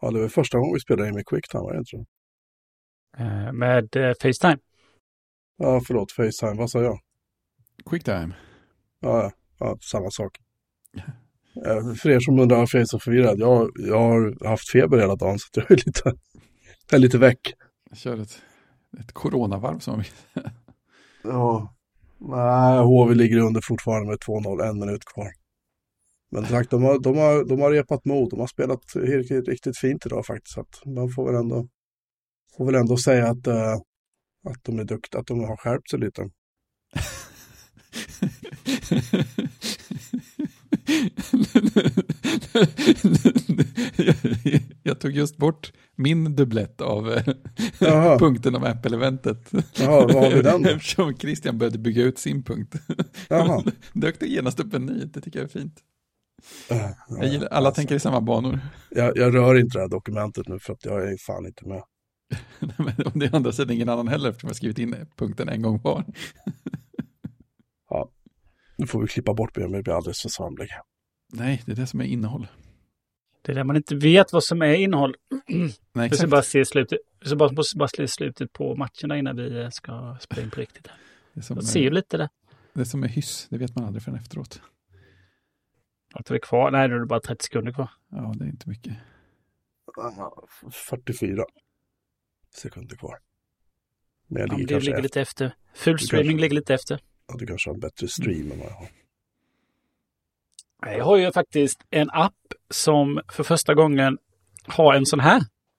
Ja, det var första gången vi spelade in med QuickTime, var det inte? Med FaceTime. Ja, förlåt, FaceTime. Vad sa jag? QuickTime. Ja, samma sak. För er som undrar varför jag är så förvirrad. Jag har haft feber hela dagen så jag är lite väck. Jag kör ett coronavarv som vi... Ja. Nej, HV ligger under fortfarande med 2-0, 1 minut kvar. Men sagt, de har repat mod. De har spelat riktigt fint idag faktiskt. Att man får väl ändå säga att de är duktiga, att de har skärpt sig lite. Jag tog just bort min dubblett av punkten om Apple-eventet. Jaha, vad har vi den då? Eftersom Christian började bygga ut sin punkt. Jaha. Dök det genast upp en ny, det tycker jag är fint. Jag gillar, alla tänker i samma banor. Jag rör inte det här dokumentet nu för att jag är fan inte med. Men om det är andra sidan ingen annan heller eftersom jag skrivit in punkten en gång var. Ja, nu får vi klippa bort det, men det blir alldeles för samling. Nej, det är det som är innehåll. Det är där man inte vet vad som är innehåll. Nej, vi ska bara se slutet. Vi ska bara se slutet på matcherna innan vi ska spela in på riktigt. Jag ser ju lite det. Det som är hyss, det vet man aldrig förrän efteråt. Att det är kvar? Nej, det är bara 30 sekunder kvar. Ja, det är inte mycket. 44 sekunder kvar. Men det ligger lite efter. Full streaming ligger lite efter. Ja, du kanske har en bättre stream än vad jag har. Jag har ju faktiskt en app som för första gången har en sån här.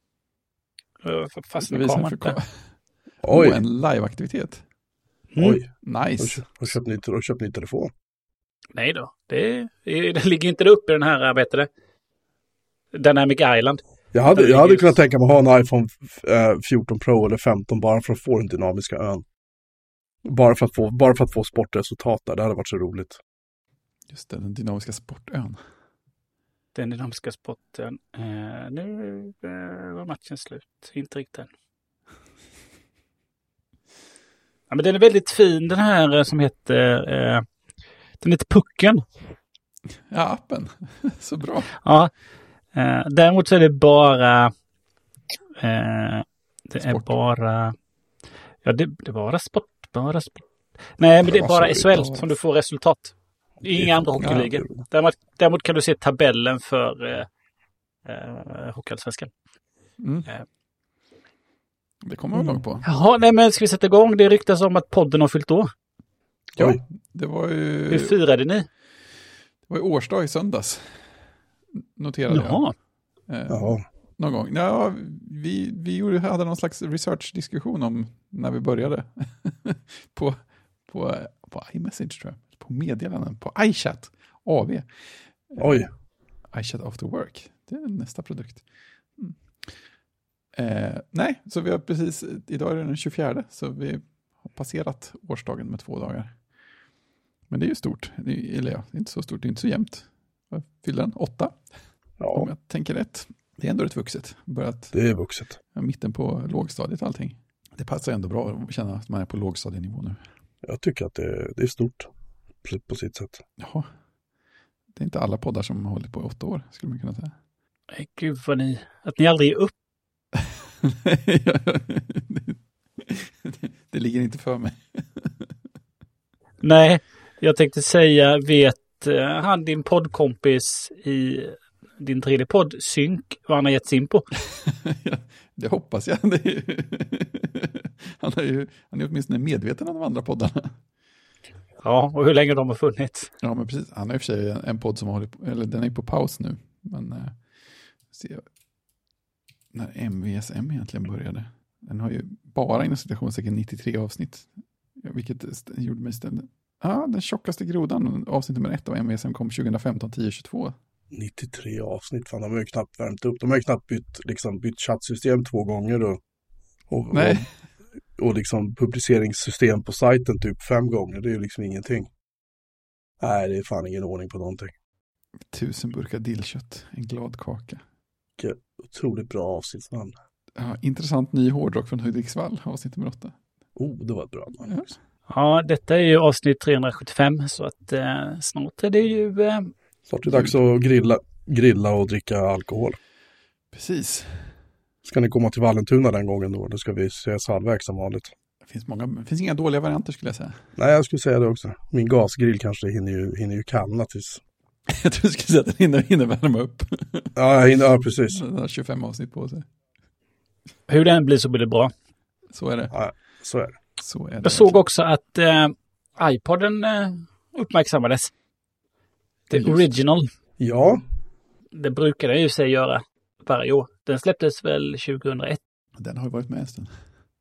Fast nu kommer inte. Oj, en live-aktivitet. Oj, nice. Har du köpt ny telefon? Nej då, det ligger inte uppe i den här, vet du, Dynamic Island. Jag hade kunnat tänka mig att ha en iPhone 14 Pro eller 15 bara för att få den dynamiska ön. Bara för att få sportresultat där. Det hade varit så roligt. Just det, den dynamiska sportön. Den dynamiska sporten. Nu var matchen slut. Inte riktigt än. Ja, men den är väldigt fin, den här som heter... den heter Pucken. Ja, appen. Så bra. Ja. Däremot så är det bara... det är bara... Ja, det är bara sport. Nej, men det är bara SHL som du får resultat. Inga andra hockeyligor. Däremot kan du se tabellen för Hockeyallsvenskan. Det kommer man långt på. Jaha, nej men ska vi sätta igång? Det ryktas om att podden har fyllt år. Ja, det var ju... Hur firade ni? Det var ju årsdag i söndags. Noterade jag. Jaha. Någon gång. Ja, vi hade någon slags research-diskussion om när vi började. på iMessage tror jag. På meddelanden. På iChat. AV. Oj. iChat After Work. Det är nästa produkt. Nej, så vi har precis... Idag är det den 24. Så vi har passerat årsdagen med 2 dagar. Men det är ju stort. Eller ja, det är inte så stort. Det är inte så jämnt. Fyller den 8. Ja. Om jag tänker rätt. Det är ändå rätt vuxet. Det är vuxet. Mitten på lågstadiet och allting. Det passar ändå bra att känna att man är på lågstadienivå nu. Jag tycker att det är stort på sitt sätt. Jaha. Det är inte alla poddar som har hållit på 8 år, skulle man kunna säga. Nej, gud vad att ni aldrig är upp. Det ligger inte för mig. Nej, jag tänkte säga, vet han din poddkompis i din 3D-podd Synk vad han har gett sig in på? Ja, det hoppas jag. Han är åtminstone medveten om de andra poddarna. Ja, och hur länge de har funnits. Ja, men precis. Han har i och för sig en podd som håller på, eller den är på paus nu. Men se när MVSM egentligen började. Den har ju bara inom citationstecken 93 avsnitt. Vilket gjorde mig ställd. Ja, den tjockaste grodan. Avsnitt nummer 1 av MVSM kom 2015, 10-22. 93 avsnitt, fan, de har ju knappt värmt upp. De har ju knappt bytt chattsystem 2 gånger och liksom publiceringssystem på sajten typ 5 gånger. Det är ju liksom ingenting. Nej, det är fan ingen ordning på någonting. 1000 burkar dillkött, en glad kaka. Vilket otroligt bra avsnittsnamn. Ja, intressant ny hårdrock från Hudiksvall, avsnitt nummer 8. Det var ett bra namn också. Ja, detta är ju avsnitt 375 så att snart är det ju... Snart är det dags att grilla och dricka alkohol. Precis. Ska ni komma till Vallentuna den gången då? Då ska vi ses halvvägs som vanligt. Det finns inga dåliga varianter skulle jag säga. Nej, jag skulle säga det också. Min gasgrill kanske hinner ju kallna tills... Jag tror du skulle säga att den hinner värma upp. Ja, precis. Den har 25 avsnitt på sig. Hur den blir så blir det bra. Så är det. Ja, så är det. Jag såg också att iPoden uppmärksammades. The Original. Ja. Det brukar den ju sig göra varje år. Den släpptes väl 2001. Den har ju varit med en stund.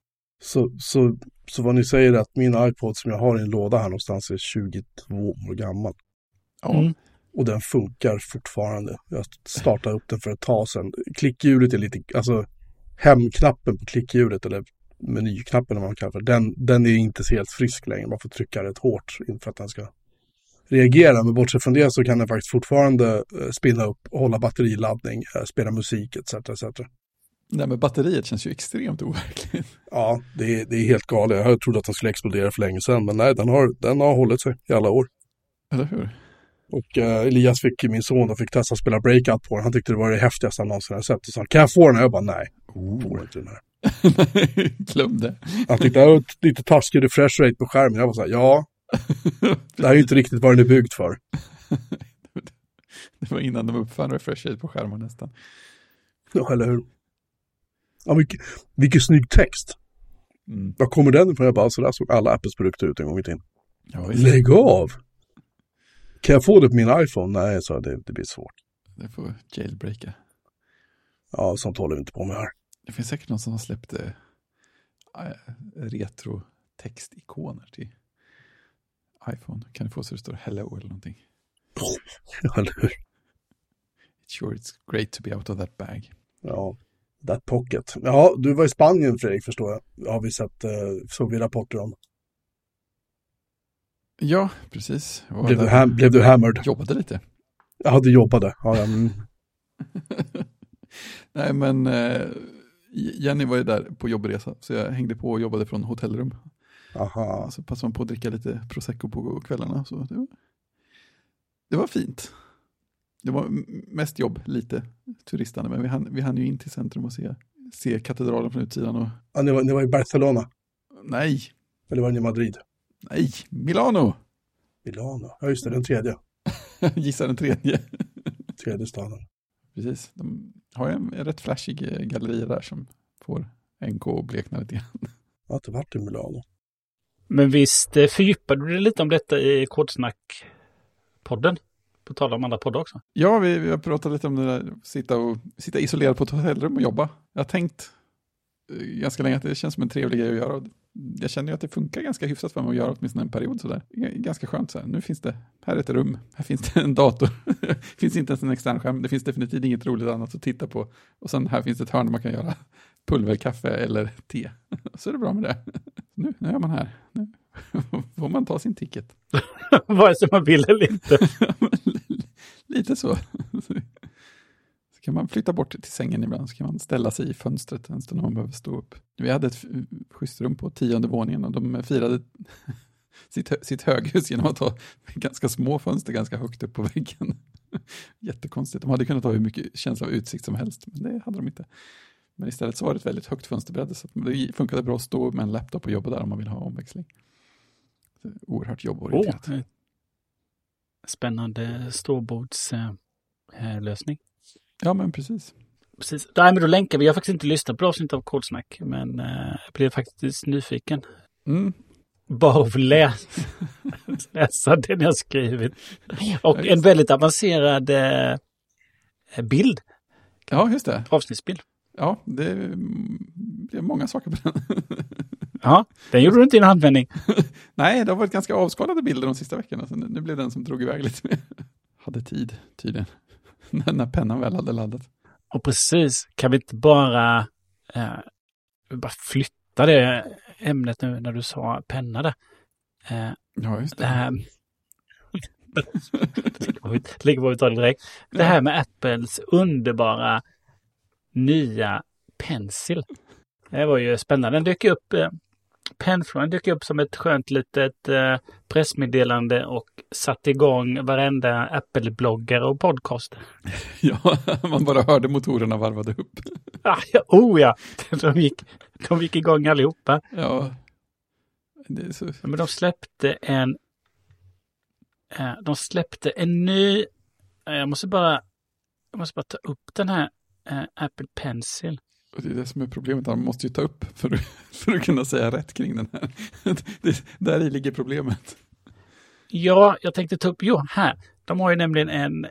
Så vad ni säger är att min iPod som jag har i en låda här någonstans är 22 år gammal. Ja. Mm. Och den funkar fortfarande. Jag startade upp den för ett tag sedan. Klickhjulet är lite, alltså hemknappen på klickhjulet eller menyknappen om man kallar för den är inte helt frisk längre. Man får trycka rätt hårt för att den ska reagera. Men bortsett från det så kan den faktiskt fortfarande spinna upp, hålla batteriladdning, spela musik etc. Nej, men batteriet känns ju extremt overkligt. Ja, det är helt galet. Jag trodde att den skulle explodera för länge sedan. Men nej, den har hållit sig i alla år. Eller hur? Och Elias min son och fick testa att spela Breakout på den. Han tyckte det var det häftigaste han någonsin hade sett. Och sa, kan jag få den? Jag bara, nej. Får inte den här. Glöm det. Han tyckte det var lite taskig refresh rate på skärmen. Jag var så här, ja. Det här är ju inte riktigt vad den är byggd för. Det var innan de uppfann refresh rate på skärmen nästan. Ja, eller hur? Ja, vilken snygg text. Var kommer den ifrån? Jag bara, så där såg alla Apples produkter ut en gång i tiden. Ja, lägg av! Kan jag få det på min iPhone? Nej, så det blir svårt. Det får jailbreaka. Ja, sånt håller vi inte på med här. Det finns säkert någon som har släppt retro-textikoner till iPhone. Kan du få så det står hello eller någonting? Ja, eller hur? Sure, it's great to be out of that bag. Ja, that pocket. Ja, du var i Spanien, Fredrik, förstår jag. Har vi såg vi rapporter om. Ja, precis. Blev du hammered? Jobbade lite. Ja, du jobbade. Ja. Nej, men Jenny var ju där på jobbresa, så jag hängde på och jobbade från hotellrum. Aha. Så passade man på att dricka lite prosecco på kvällarna. Så det var fint. Det var mest jobb, lite turistande, men vi hann ju in till centrum och se katedralen från utsidan. Och... Ja, ni var i Barcelona? Nej. Eller var ni i Madrid? Nej, Milano. Ja just det, den tredje. Gissa den tredje. Tredje staden. Precis, de har en rätt flashig galleria där som får NK och blekna lite grann. Jag har inte varit i Milano. Men visst fördjupade du lite om detta i Kodsnack-podden? På tal om andra poddar också. Ja, vi har pratat lite om det där, sitta isolerad på ett hotellrum och jobba. Jag har tänkt ganska länge att det känns som en trevlig grej att göra. Jag känner ju att det funkar ganska hyfsat för mig att göra åtminstone en period sådär. Ganska skönt så här. Nu finns det, här är ett rum, här finns det en dator. Det finns inte ens en extern skärm, det finns definitivt inget roligt annat att titta på. Och sen här finns det ett hörn där man kan göra pulverkaffe eller te. Så är det bra med det. Nu är man här. Nu får man ta sin ticket. Vare sig man vill eller inte. Lite så. Så kan man flytta bort till sängen ibland, så kan man ställa sig i fönstret en stund när man behöver stå upp. Vi hade ett skyddsrum på 10:e våningen och de firade sitt höghus genom att ha ganska små fönster ganska högt upp på väggen. Jättekonstigt. De hade kunnat ha hur mycket känsla av utsikt som helst, men det hade de inte. Men istället så var det ett väldigt högt fönsterbräde, så det funkade bra att stå med en laptop och jobba där om man vill ha omväxling. Så oerhört jobborienterat. Spännande ståbordslösning. Ja, men precis. Nej, men då länkar vi. Jag har faktiskt inte lyssnat på avsnitt av Kodsnack, men jag blev faktiskt nyfiken. Bara att läsa det ni har skrivit. Och en väldigt avancerad bild. Ja, just det. Avsnittsbild. Ja, det är många saker på den. Ja, den gjorde du inte i en användning. Nej, det har varit ganska avskalade bilder de sista veckorna. Så nu blev den som drog iväg lite mer. Hade tid, tydligen. När pennan väl hade laddat. Och precis, kan vi inte bara flytta det ämnet nu när du sa penna där? Ja, just det. Ligger på att ta det direkt. Det här med Apples underbara nya Pencil. Det var ju spännande. Den dök upp Penfro dök upp som ett skönt litet pressmeddelande och satte igång varenda Apple-bloggare och podcast. Ja, man bara hörde motorerna varvade upp. Ja. De gick igång allihopa. Ja. Det är så... Men de släppte en ny... Jag måste bara ta upp den här Apple Pencil. Och det är det som är problemet. Man måste ju ta upp för att kunna säga rätt kring den här. Där ligger problemet. Ja, jag tänkte ta upp... här. De har ju nämligen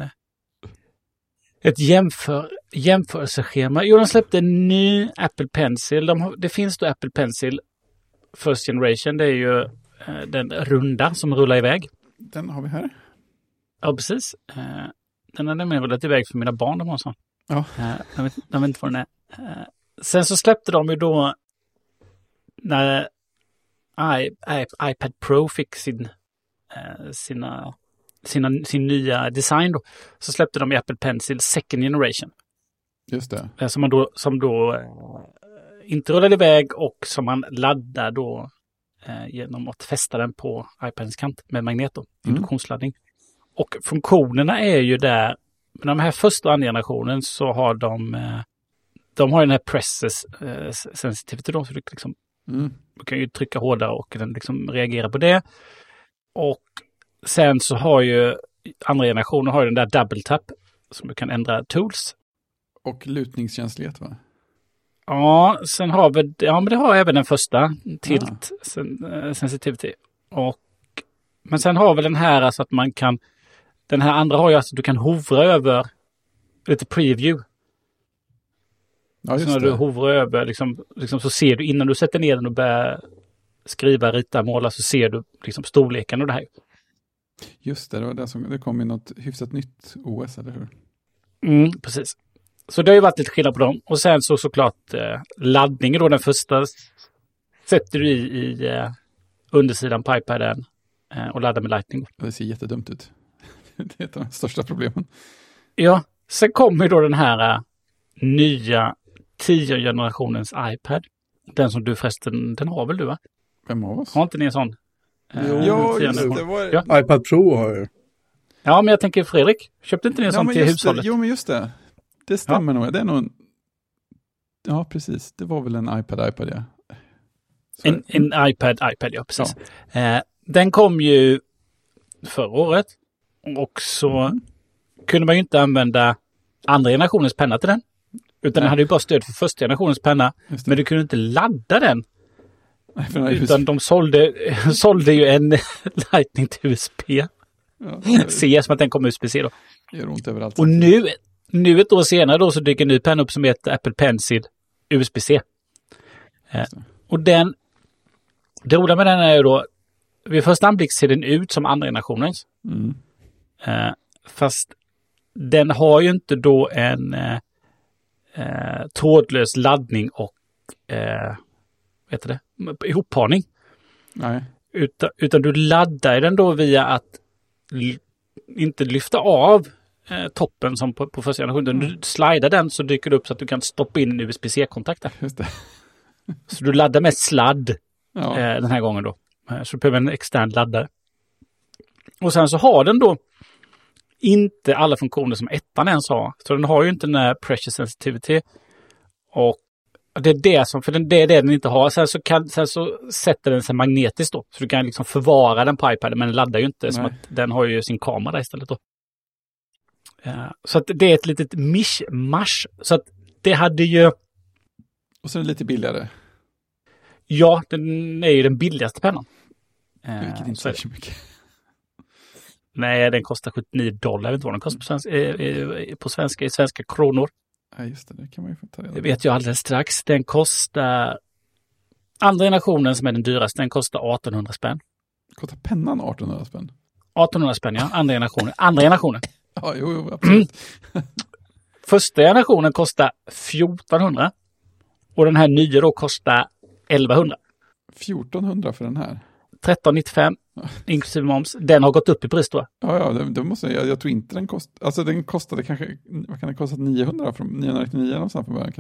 ett jämförelseschema. De släppte en ny Apple Pencil. Det finns då Apple Pencil First Generation. Det är ju den runda som rullar iväg. Den har vi här. Ja, precis. Den har nämligen rullat iväg för mina barn. De har sån. Ja. De vet inte vad den är. Sen så släppte de ju då när iPad Pro fick sin nya design då, så släppte de Apple Pencil Second Generation. Just det. Som då inte rullade iväg och som man laddar då genom att fästa den på iPadens kant med magnet då, induktionsladdning. Och funktionerna är ju där, men de här första och andra generationen så har de har ju den här presses sensitivity då, så du liksom du kan ju trycka hårdare och den liksom reagerar på det. Och sen så har ju andra generationen har ju den där double tap som du kan ändra tools. Och lutningskänslighet, va? Ja, sen har vi, men det har även den första tilt sensitivity. Men sen har vi den här alltså att man kan, den här andra har ju alltså att du kan hovra över lite preview. Ja, just så när du hovrar över liksom så ser du innan du sätter ner den och börjar skriva, rita, måla, så ser du liksom storleken och det här. Just det, det kom i något hyfsat nytt OS, eller hur? Precis. Så det har ju varit lite skillnad på dem. Och sen så såklart laddningen då, den första sätter du i undersidan på iPaden och laddar med Lightning. Det ser jättedumt ut. Det är ett av de största problemen. Ja, sen kommer då den här nya 10 generationens iPad. Den som du förresten, den har väl du, va? Vem av oss? Har inte ni en sån? Ja, just det. Ja. iPad Pro har jag ju. Ja, men jag tänker Fredrik, köpte inte ni en sån till hushållet? Jo, men just det. Det stämmer nog. Det är nog... Ja, precis. Det var väl en iPad, ja. En iPad, ja, precis. Ja. Den kom ju förra året. Och så kunde man ju inte använda andra generationens penna till den. Utan den hade ju bara stöd för första generationens penna. Men du kunde inte ladda den. Nej, utan de sålde ju en Lightning till USB. Ja, ser som att den kommer USB-C då. Det gör ont överallt. Och nu ett år senare då så dyker en ny penna upp som heter Apple Pencil USB-C. Och det roliga med den är ju då, vid första anblick ser den ut som andra generationens. Fast den har ju inte då en trådlös laddning och ihopparning. Nej. Utan du laddar den då via att inte lyfta av toppen som på första generationen. Du slidar den så dyker det upp så att du kan stoppa in en USB-C-kontakt där. Just det. Så du laddar med sladd den här gången då. Så du behöver en extern laddare. Och sen så har den då inte alla funktioner som ettan ens har. Så den har ju inte den här pressure sensitivity. Och det är det som, för det är det den inte har. Sen så sätter den sig magnetiskt då. Så du kan liksom förvara den på iPaden, men den laddar ju inte. Som att den har ju sin kamera istället då. Så att det är ett litet mishmash. Så att det hade ju... Och så är det lite billigare. Ja, den är ju den billigaste pennan. Vilket inte är så mycket. Nej, den kostar $79. Jag vet inte vad den kostar på svenska, i svenska kronor. Ja, just det. Det kan man ju få ta reda på. Det vet jag alldeles strax. Den kostar... Andra generationen som är den dyraste, den kostar 1800 spänn. Kostar pennan 1800 spänn? 1800 spänn, ja. Andra generationen. Ja, jo, absolut. Första generationen kostar 1400. Och den här nya då kostar 1100. 1400 för den här? 1395 inklusive moms. Den har gått upp i pris då. Ja, det måste jag tror inte den kostar. Alltså den kostade kanske, vad kan det kosta, 900 från 999 någonstans från början kanske.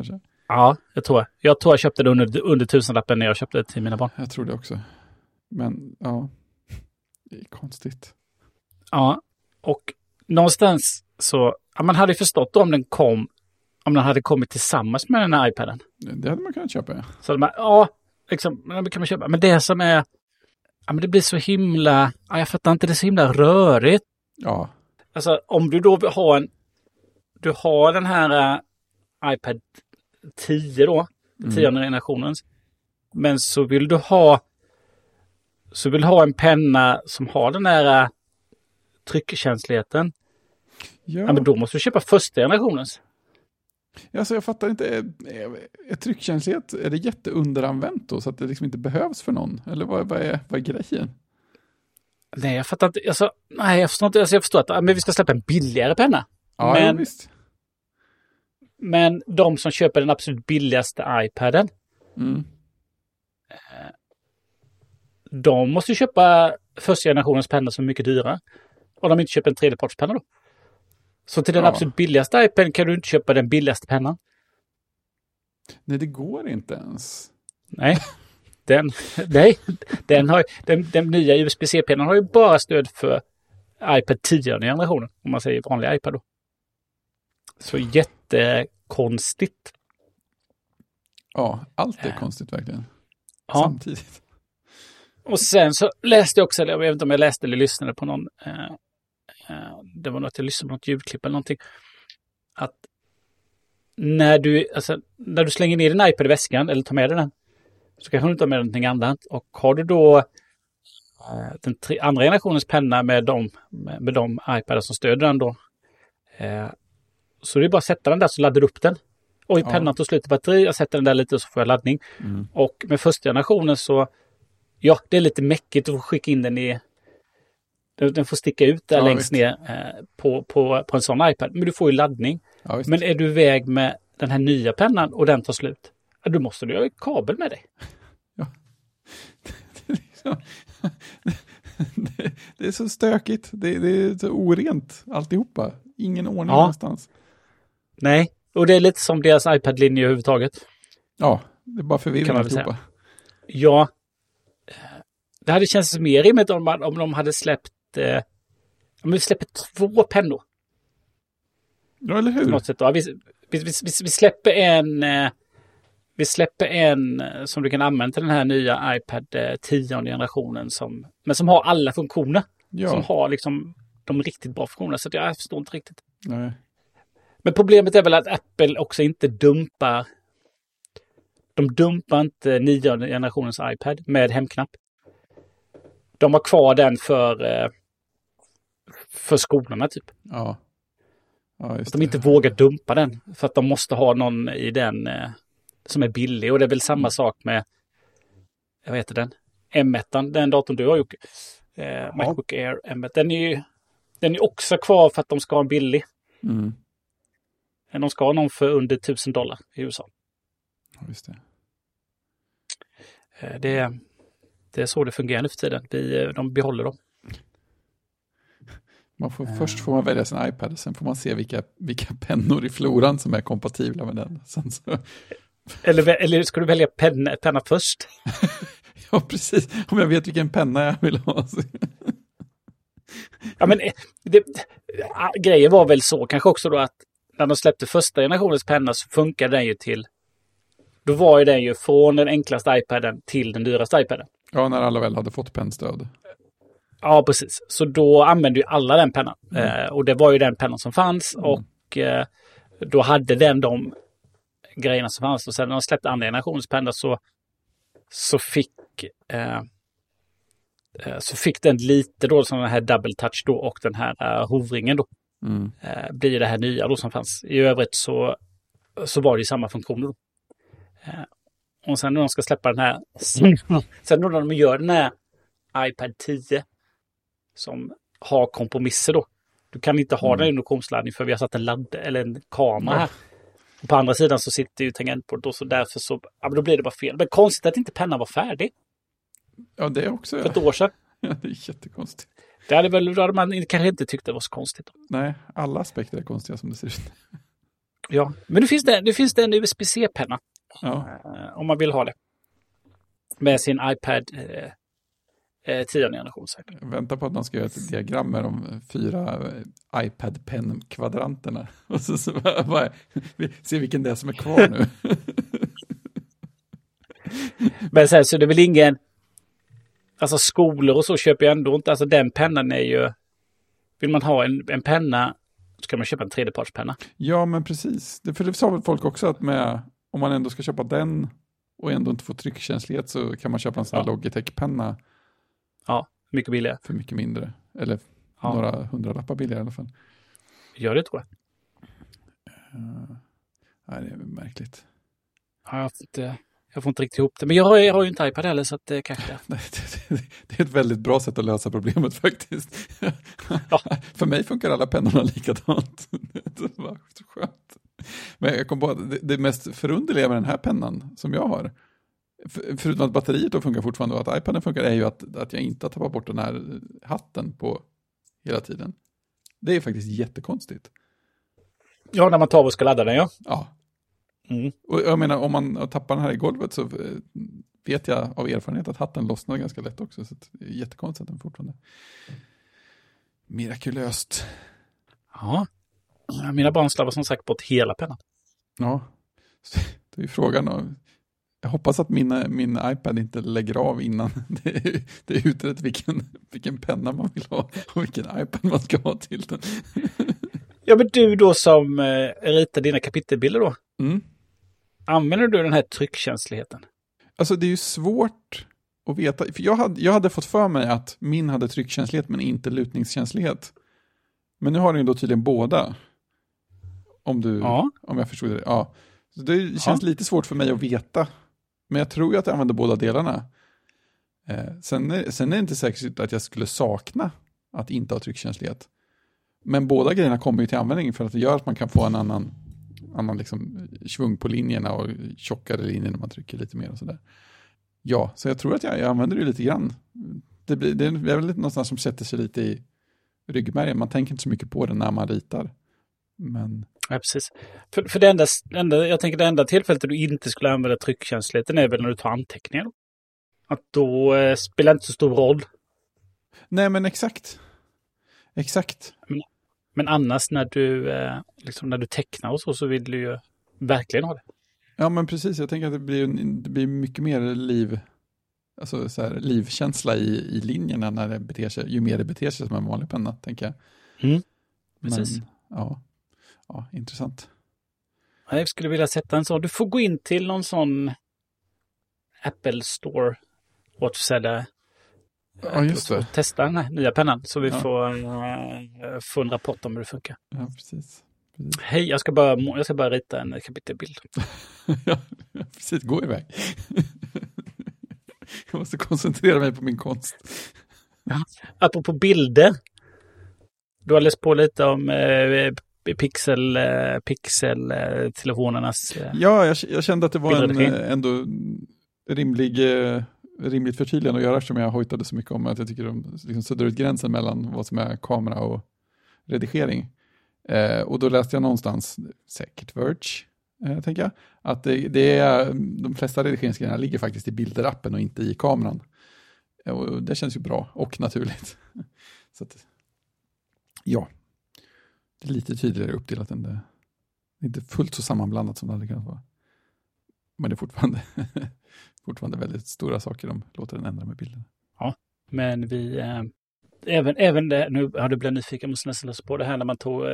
Ja, jag tror jag köpte det under 1000-lappen när jag köpte det till mina barn. Jag tror det också. Men ja, det är konstigt. Ja, och någonstans så, man hade förstått om den hade kommit tillsammans med den här iPaden. Det hade man kunnat köpa, ja. Så det kan man köpa. Men det som är, men det blir så himla, jag fattar inte, det är så himla rörigt. Ja. Alltså om du då du har den här iPad 10 då, 10:e generationens, men så vill du ha en penna som har den här tryckkänsligheten. Ja, men då måste du köpa första generationens. Alltså jag fattar inte, är tryckkänslighet, är det jätteunderanvänt då så att det liksom inte behövs för någon? Eller vad är grejen? Nej, jag fattar inte. Jag förstår inte. Jag förstår att men vi ska släppa en billigare penna. Ja, men, visst. Men de som köper den absolut billigaste iPaden, de måste köpa första generationens penna som är mycket dyrare. Och de inte köper en tredjepartspenna då. Så till den absolut billigaste iPaden kan du inte köpa den billigaste pennan. Nej, det går inte ens. Nej. Den nya USB-C-pennan har ju bara stöd för iPad 10:e generationen, om man säger vanlig iPad då. Så jättekonstigt. Ja, allt är konstigt verkligen. Ja. Samtidigt. Och sen så läste jag också, jag vet inte om jag läste eller lyssnade på någon, det var något jag lyssnade på något ljudklipp eller någonting, att när du slänger ner din iPad i väskan eller tar med den, så kanske du inte har med någonting annat. Och har du då den andra generationens penna med de iPadar som stöder den då, så det är bara att sätta den där så laddar du upp den. Och i pennan tog slut i batteri, jag sätter den där lite och så får jag laddning. Och med första generationen så, det är lite mäckigt att skicka in den i, den får sticka ut där längst ner på en sån iPad. Men du får ju laddning. Ja, men är du iväg med den här nya pennan och den tar slut, då måste du ha kabel med dig. Ja. Det är så stökigt. Det är så orent alltihopa. Ingen ordning någonstans. Nej, och det är lite som deras iPad-linje överhuvudtaget. Ja, det är bara förvirrande alltihopa. Ja, det hade känts mer rimligt om de hade släppt om vi släpper 2 pennor. Ja, eller hur? På något sätt då. Vi släpper en som du kan använda till den här nya iPad 10:e generationen men som har alla funktioner. Ja. Som har liksom de riktigt bra funktioner. Så jag förstår inte riktigt. Nej. Men problemet är väl att Apple också inte dumpar. De dumpar inte 9:e generationens iPad med hemknapp. De har kvar den för skolorna typ. Ja. Ja, att de inte vågar dumpa den. För att de måste ha någon i den som är billig. Och det är väl samma sak med, jag vet inte, den M1, den datorn du har gjort. Macbook Air M1. Den är också kvar för att de ska ha en billig. De ska ha någon för under $1,000 i USA. Ja, just det. Det är så det fungerar nu för tiden. De behåller dem. Först får man välja sin iPad, sen får man se vilka pennor i floran som är kompatibla med den. Sen så... eller ska du välja penna först? Ja, precis. Om jag vet vilken penna jag vill ha. Ja, men grejen var väl så kanske också då att när de släppte första generationens penna så funkade den ju då var ju den ju från den enklaste iPaden till den dyraste iPaden. Ja, när alla väl hade fått pennstöd. Ja, precis. Så då använde ju alla den pennan. Och det var ju den pennan som fanns. Och då hade den de grejerna som fanns. Och sen när de släppte andra generationens penna så fick den lite då sån här double touch då och den här hovringen då. Blir det här nya då som fanns. I övrigt så var det ju samma funktioner då. Och sen när de ska släppa den här sen när de gör den här iPad 10 som har kompromisser då. Du kan inte ha den induktionsladdning för vi har satt en kamera här. Och på andra sidan så sitter ju tangentbordet och så därför så då blir det bara fel. Men konstigt att inte pennan var färdig. Ja, det är också. För ett år sedan. Ja, det är jättekonstigt. Då hade man kanske inte tyckt det var så konstigt. Nej, alla aspekter är konstiga som det ser ut. Ja, men det finns det en USB-C-penna. Ja. Om man vill ha det. Med sin iPad 10:e generation säkert. Jag väntar på att man ska göra ett diagram med de 4 iPad-pen-kvadranterna. Och så bara, vi ser vilken det är som är kvar nu. Men sen så det är väl ingen... Alltså skolor och så köper jag ändå inte. Alltså den pennan är ju... Vill man ha en penna så kan man köpa en tredjepartspenna. Ja, men precis. För det sa väl folk också att om man ändå ska köpa den och ändå inte få tryckkänslighet så kan man köpa en sån här Logitech-penna. Ja, mycket billigare. För mycket mindre. Eller några 100-lappar billigare i alla fall. Ja, det tror jag. Nej, det är märkligt. Ja, jag får inte riktigt ihop det. Men jag har ju inte iPad heller så att det kanske... Det är ett väldigt bra sätt att lösa problemet faktiskt. Ja. För mig funkar alla pennorna likadant. Det var så skönt. Men jag kom på att det mest förunderliga med den här pennan som jag har, förutom att batteriet då funkar fortfarande och att iPaden funkar, är ju att jag inte har tappat bort den här hatten på hela tiden. Det är faktiskt jättekonstigt. Ja, när man tar och ska ladda den, ja. Ja. Mm. Och jag menar, om man tappar den här i golvet så vet jag av erfarenhet att hatten lossnar ganska lätt också. Så det är jättekonstigt att den fortfarande mirakulöst. Ja. Mina barn slavar som sagt bort hela pennan. Ja, det är ju frågan. Jag hoppas att min iPad inte lägger av innan det är utrett vilken penna man vill ha och vilken iPad man ska ha till den. Ja, men du då som ritar dina kapitelbilder då. Mm. Använder du den här tryckkänsligheten? Alltså det är ju svårt att veta. För jag hade fått för mig att min hade tryckkänslighet men inte lutningskänslighet. Men nu har den ju då tydligen båda. Om jag förstod det. Ja. Så det känns lite svårt för mig att veta. Men jag tror ju att jag använder båda delarna. Sen är det inte säkert att jag skulle sakna att inte ha tryckkänslighet. Men båda grejerna kommer ju till användning för att det gör att man kan få en annan liksom svung på linjerna och tjockare linjer när man trycker lite mer och sådär. Ja, så jag tror att jag använder det lite grann. Det är väl lite någonstans som sätter sig lite i ryggmärgen. Man tänker inte så mycket på det när man ritar. Men... Ja, precis. För jag tänker det enda tillfället där du inte skulle använda tryckkänsligheten är väl när du tar anteckningar då? Att då spelar inte så stor roll. Nej, men exakt. Men annars när du tecknar och så vill du ju verkligen ha det. Ja, men precis. Jag tänker att det blir mycket mer alltså så här, livkänsla i linjerna när det beter sig, ju mer det beter sig som en vanlig penna, tänker jag. Mm, precis. Men, ja, intressant. Jag skulle vilja sätta en sån. Du får gå in till någon sån Apple Store återförsäljare. Ja, just det. Testa den här nya pennan så vi får en rapport om hur det funkar. Ja, precis. Hej, jag ska bara rita en kapitelbild. Ja, precis. Gå iväg. Jag måste koncentrera mig på min konst. Ja. Apropå bilder. Du har läst på lite om Pixel-telefonernas... Ja, jag kände att det var ändå rimligt förtydligande att göra eftersom jag hojtade så mycket om att jag tycker de liksom suddar ut gränsen mellan vad som är kamera och redigering. Och då läste jag någonstans, säkert Verge, tänker jag, att det är de flesta redigeringsgrejerna ligger faktiskt i bilderappen och inte i kameran. Och det känns ju bra och naturligt. Så att, ja, det är lite tydligare uppdelat än det. Det är inte fullt så sammanblandat som det hade kunnat vara. Men det är fortfarande väldigt stora saker de låter den ändra med bilden. Ja, men vi... Även det, nu har du blivit nyfiken, måste nästan läsa på det här när man tog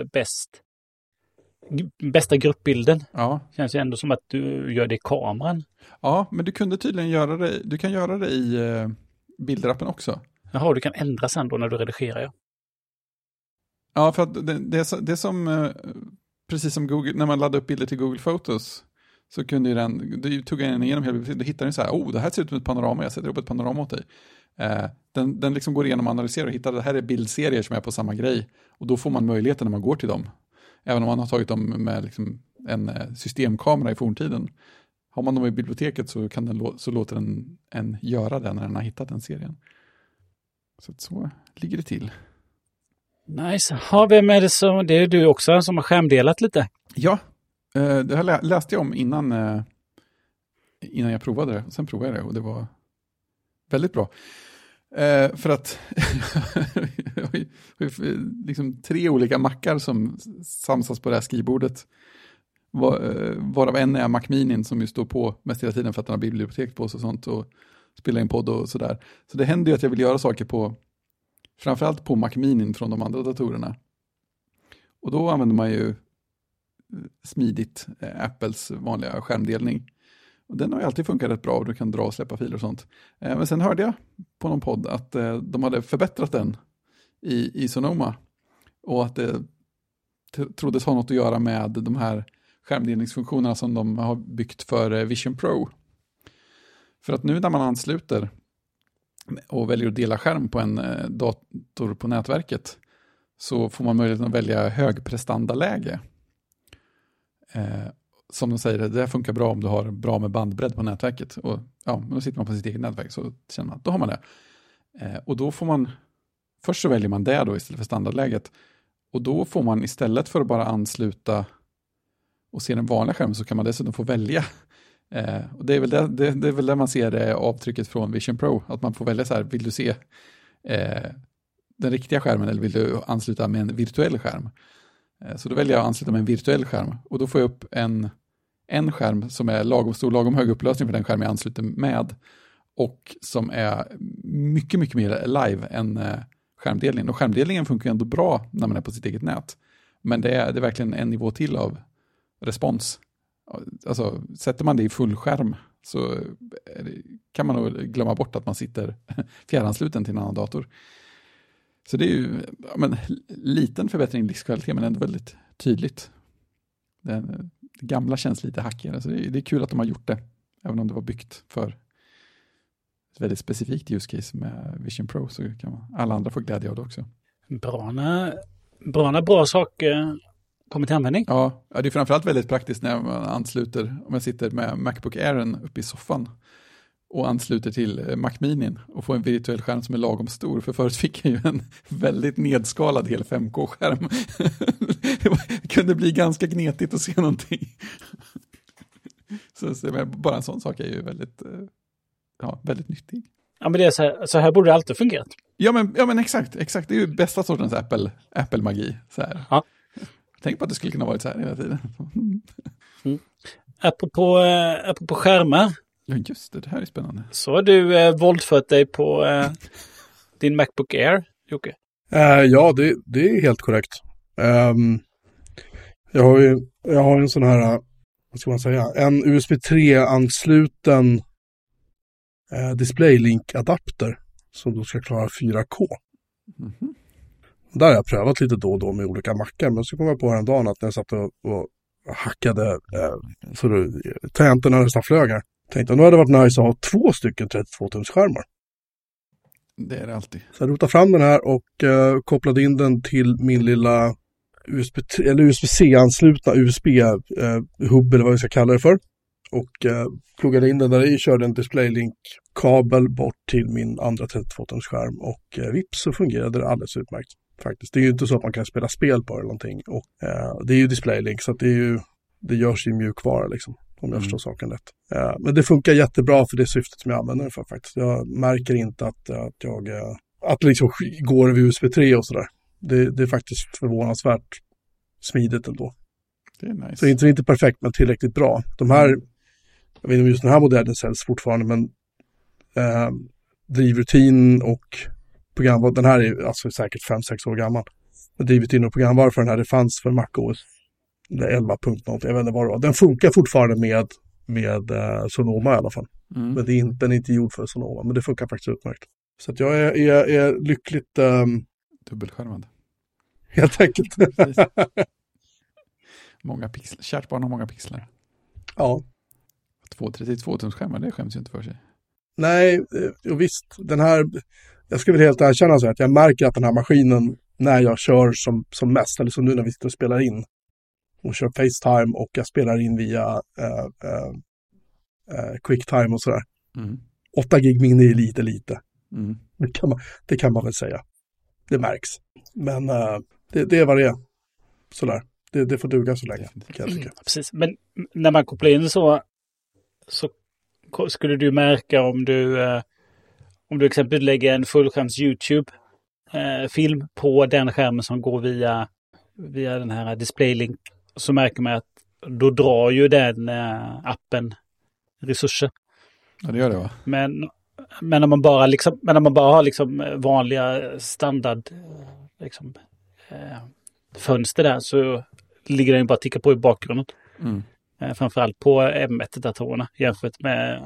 bästa gruppbilden. Ja. Känns ju ändå som att du gör det i kameran. Ja, men du kunde tydligen göra det i bilderappen också. Jaha, du kan ändra sen då när du redigerar, ja. Ja, för att det som precis som Google, när man laddar upp bilder till Google Photos så kunde ju du tog den igenom hela bilden, då hittar den så här, det här ser ut som ett panorama, jag sätter upp ett panorama åt dig. Den liksom går igenom och analyserar och hittar, det här är bildserier som är på samma grej. Och då får man möjligheten när man går till dem. Även om man har tagit dem med liksom en systemkamera i forntiden. Har man dem i biblioteket så låter den en göra det när den har hittat den serien. Så ligger det till. Nice. Vem är det som... Det är du också som har skärmdelat lite. Ja, Det här läste jag om innan jag provade det. Sen provade jag det och det var väldigt bra. För att jag har liksom 3 olika mackar som samsas på det här skrivbordet. Varav en är Mac Mini som ju står på mest hela tiden för att den har bibliotek på sig och sånt och spelar in podd och sådär. Så det händer ju att jag vill göra saker på, framförallt på Mac Mini från de andra datorerna. Och då använder man ju smidigt Apples vanliga skärmdelning. Och den har ju alltid funkat rätt bra och du kan dra och släppa filer och sånt. Men sen hörde jag på någon podd att de hade förbättrat den i Sonoma. Och att det troddes ha något att göra med de här skärmdelningsfunktionerna som de har byggt för Vision Pro. För att nu när man ansluter och väljer att dela skärm på en dator på nätverket så får man möjligheten att välja högprestandaläge. Som de säger, det funkar bra om du har bra med bandbredd på nätverket. Och ja, då sitter man på sitt eget nätverk så känner man att då har man det. Och då får man, först så väljer man det då istället för standardläget. Och då får man istället för att bara ansluta och se den vanliga skärmen så kan man dessutom få välja. Och det är väl där man ser avtrycket från Vision Pro. Att man får välja så här, vill du se den riktiga skärmen eller vill du ansluta med en virtuell skärm? Så då väljer jag att ansluta med en virtuell skärm. Och då får jag upp en skärm som är lagom stor, lagom hög upplösning för den skärm jag ansluter med. Och som är mycket, mycket mer live än skärmdelningen. Och skärmdelningen funkar ju ändå bra när man är på sitt eget nät. Men det är verkligen en nivå till av respons. Alltså, sätter man det i fullskärm så kan man nog glömma bort att man sitter fjärransluten till en annan dator. Så det är ju liten förbättring i livskvalitet men ändå väldigt tydligt. Det gamla känns lite hackigare. Så det är kul att de har gjort det. Även om det var byggt för ett väldigt specifikt use case med Vision Pro så kan alla andra få glädje av det också. Bra saker kommer till användning. Ja, det är framförallt väldigt praktiskt när man ansluter, om jag sitter med Macbook Airen uppe i soffan och ansluter till Mac Mini och får en virtuell skärm som är lagom stor. För förut fick jag ju en väldigt nedskalad hel 5K-skärm. Det kunde bli ganska gnetigt att se någonting. Så bara en sån sak är ju väldigt nyttig. Ja, men det är så här borde det alltid fungerat. Ja, men exakt. Det är ju bästa sortens Apple-magi. Så här. Ja. Tänk på att det skulle kunna vara så här hela tiden. Mm. Apropå skärmar. Ja, just det här är spännande. Så har du våldfört dig på din Macbook Air, Jocke? Ja, det är helt korrekt. Jag har en sån här, vad ska man säga, en USB 3-ansluten DisplayLink-adapter som då ska klara 4K. Mm-hmm. Där har jag prövat lite då och då med olika mackar, men så kom jag på en dag att när jag satt och hackade så tangenterna nästan flög här. Tänkte, nu hade det varit nice att ha 2 stycken 32-tumsskärmar. Det är det alltid. Så jag rotade fram den här och kopplade in den till min lilla USB-C-anslutna USB-hub eller vad vi ska kalla det för. Och pluggade in den där i, körde en DisplayLink-kabel bort till min andra 32-tumsskärm och vips så fungerade det alldeles utmärkt. Faktiskt. Det är ju inte så att man kan spela spel på det eller någonting. Och det är ju DisplayLink så att det görs i mjukvara liksom. Om jag förstår saken rätt. Men det funkar jättebra för det syftet som jag använder det för faktiskt. Jag märker inte att det liksom går över USB 3 och sådär. Det är faktiskt förvånansvärt smidigt ändå. Det är nice. Så inte perfekt men tillräckligt bra. De här, jag vet inte om just den här modellen säljs fortfarande, men drivrutin och programvara, den här är alltså säkert 5-6 år gammal. Men drivrutin och programvara för den här, det fanns för MacOS 11.0, jag vet inte vad det var. Den funkar fortfarande med Sonoma i alla fall. Men den är inte gjord för Sonoma, men det funkar faktiskt utmärkt. Så att jag är lyckligt dubbelskärmad. Helt enkelt. Många pixlar. Kärt barn har många pixlar. Ja. 32-tumsskärmar, det skäms ju inte för sig. Nej, och visst. Den här, jag ska väl helt erkänna så att jag märker att den här maskinen, när jag kör som mest, eller som nu när vi sitter och spelar in, och kör FaceTime och jag spelar in via QuickTime och sådär. 8 gig mini är lite. Det kan man väl säga. Det märks. Men det är vad det är. Sådär. Det får duga så länge, kan jag tycka. Precis, men när man kopplar in så skulle du märka om du exempelvis lägger en fullskärms YouTube-film på den skärmen som går via den här DisplayLink, så märker man att då drar ju den appen resurser. Ja, det gör det, va? Men om man bara har liksom vanliga standard liksom, fönster där, så ligger den bara att ticka på i bakgrunden. Framförallt på M1-datorerna jämfört med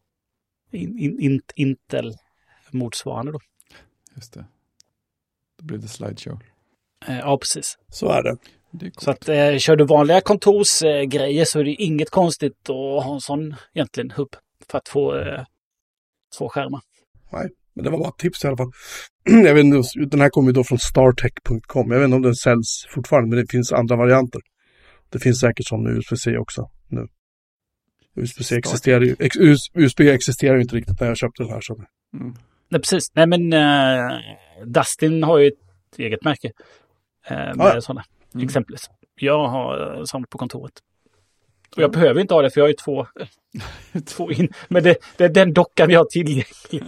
Intel motsvarande då. Just det. Då blir det slideshow. Ja, precis. Så är det. Så att kör du vanliga kontorsgrejer så är det inget konstigt att ha en sån egentligen hubb för att få två skärmar. Nej, men det var bara ett tips i alla fall. Jag vet inte, den här kommer ju då från startech.com. Jag vet inte om den säljs fortfarande, men det finns andra varianter. Det finns säkert som USB-C också nu. USB-C existerar ju inte riktigt när jag köpte den här. Så. Nej, precis. Nej, men Dustin har ju ett eget märke med sådana exempelvis. Jag har samlat på kontoret. Och jag behöver inte ha det, för jag har ju två in. Men det är den dockan jag har tillgänglig.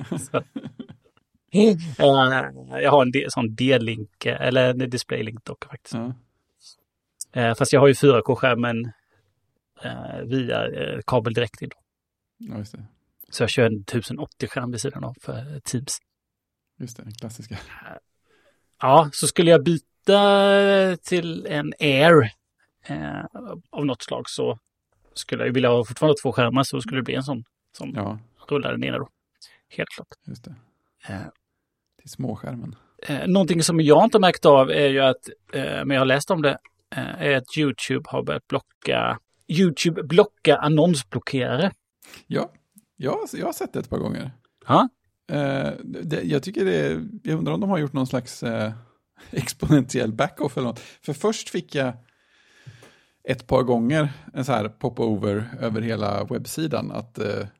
Jag har en sån D-link, eller en DisplayLink-docka faktiskt. Fast jag har ju 4K-skärmen via kabel direkt in. Ja, just det. Så jag kör en 1080-skärm vid sidan av för Teams. Just det, klassiska. Ja, så skulle jag byta till en Air av något slag, så skulle jag vilja ha fortfarande 2 skärmar, så skulle det bli en sån som rullar ner då. Helt klart. Just det. Till småskärmen. Någonting som jag inte märkt av är ju att, men jag har läst om det, är att YouTube har börjat blocka annonsblockerare. Ja, jag har sett det ett par gånger. Ja. Jag tycker jag undrar om de har gjort någon slags exponentiell backoff eller något. För först fick jag ett par gånger en så här pop-over över hela webbsidan att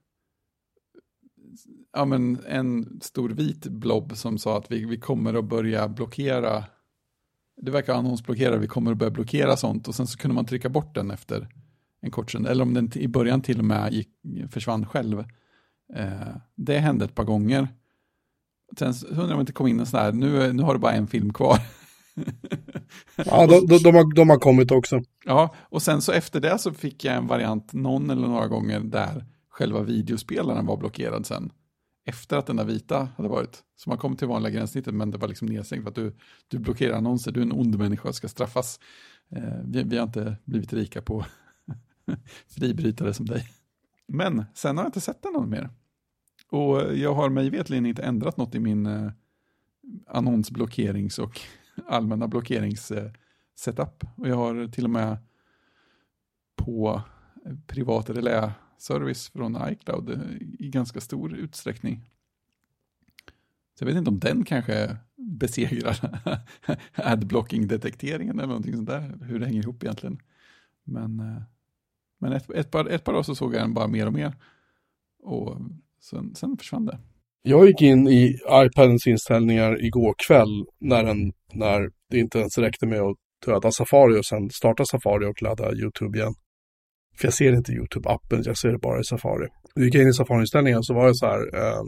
en stor vit blob som sa att vi kommer att börja blockera, det verkar annonsblockera, vi kommer att börja blockera sånt, och sen så kunde man trycka bort den efter en kort stund, eller om den i början till och med försvann själv. Det hände ett par gånger. Sen undrar jag om inte kom in en sån här, nu har du bara en film kvar. Ja, de har kommit också. Ja, och sen så efter det så fick jag en variant någon eller några gånger där själva videospelaren var blockerad sen. Efter att den där vita hade varit. Så man kom till vanliga gränssnittet, men det var liksom nedstängt för att du blockerar annonser. Du är en ond människa och ska straffas. Vi har inte blivit rika på fribrytare som dig. Men sen har jag inte sett den någon mer. Och jag har mig vetligen inte ändrat något i min annonsblockerings- och allmänna blockeringssetup. Och jag har till och med på privat reläservice från iCloud i ganska stor utsträckning. Så jag vet inte om den kanske besegrar adblocking-detekteringen eller någonting sånt där. Hur det hänger ihop egentligen. Men ett par år så såg jag den bara mer och mer. Och sen försvann det. Jag gick in i iPadens inställningar igår kväll när det inte ens räckte med att döda Safari och sen starta Safari och ladda YouTube igen. För jag ser inte YouTube-appen, jag ser det bara i Safari. Jag gick in i Safari-inställningar så var det så här,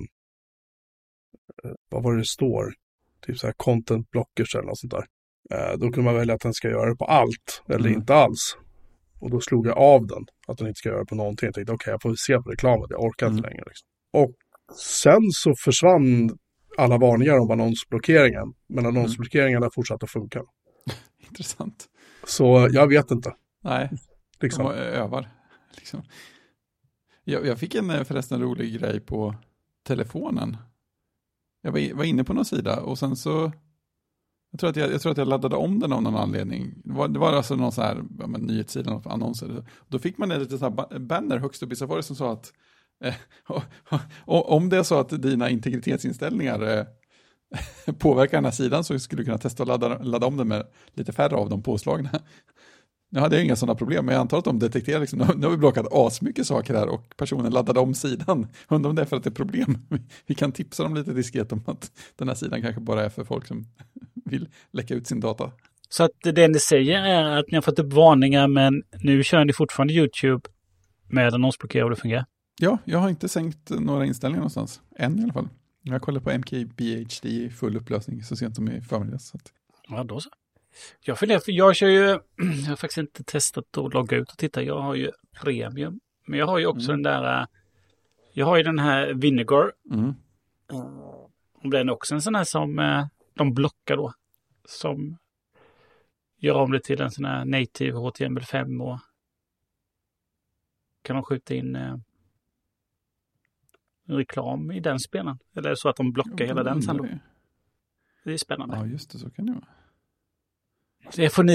vad var det står? Typ så här content blockers eller något sånt där. Då kunde man välja att den ska göra det på allt eller inte alls. Och då slog jag av den, att den inte ska göra det på någonting. Jag tänkte okej, jag får se på reklamen, jag orkar inte längre. Liksom. Och sen så försvann alla varningar om annonsblockeringen. Men annonsblockeringarna fortsatte att funka. Intressant. Så jag vet inte. Nej, liksom. De övar. Liksom. Jag fick förresten rolig grej på telefonen. Jag var inne på någon sida och sen så jag tror att jag laddade om den av någon anledning. Det var alltså någon sån här nyhetssida på annonser. Då fick man en liten sån här banner högst upp i Safari som sa att om det är så att dina integritetsinställningar påverkar den här sidan så skulle du kunna testa att ladda om den med lite färre av de påslagna. Nu hade jag inga sådana problem, men jag antar att de detekterar liksom, nu har vi blockat asmycket saker här och personen laddade om sidan. Undrar om det är för att det är problem. Vi kan tipsa dem lite diskret om att den här sidan kanske bara är för folk som vill läcka ut sin data. Så att det ni säger är att ni har fått upp varningar, men nu kör ni fortfarande YouTube med annonsblockering och det fungerar? Ja, jag har inte sänkt några inställningar någonstans. Än i alla fall. Jag kollar på MKBHD i full upplösning så sent som i förmiddags. Så att... Ja, då så. Jag kör ju, jag har faktiskt inte testat att logga ut och titta. Jag har ju premium. Men jag har ju också den där, jag har ju den här Vinegar. Och den är också en sån här som de blockar då. Som gör om det till en sån här native HTML5 och kan de skjuta in reklam i den spelaren. Eller är det så att de blockar hela den sen då? Det är spännande. Ja, just det, så kan det vara. Det får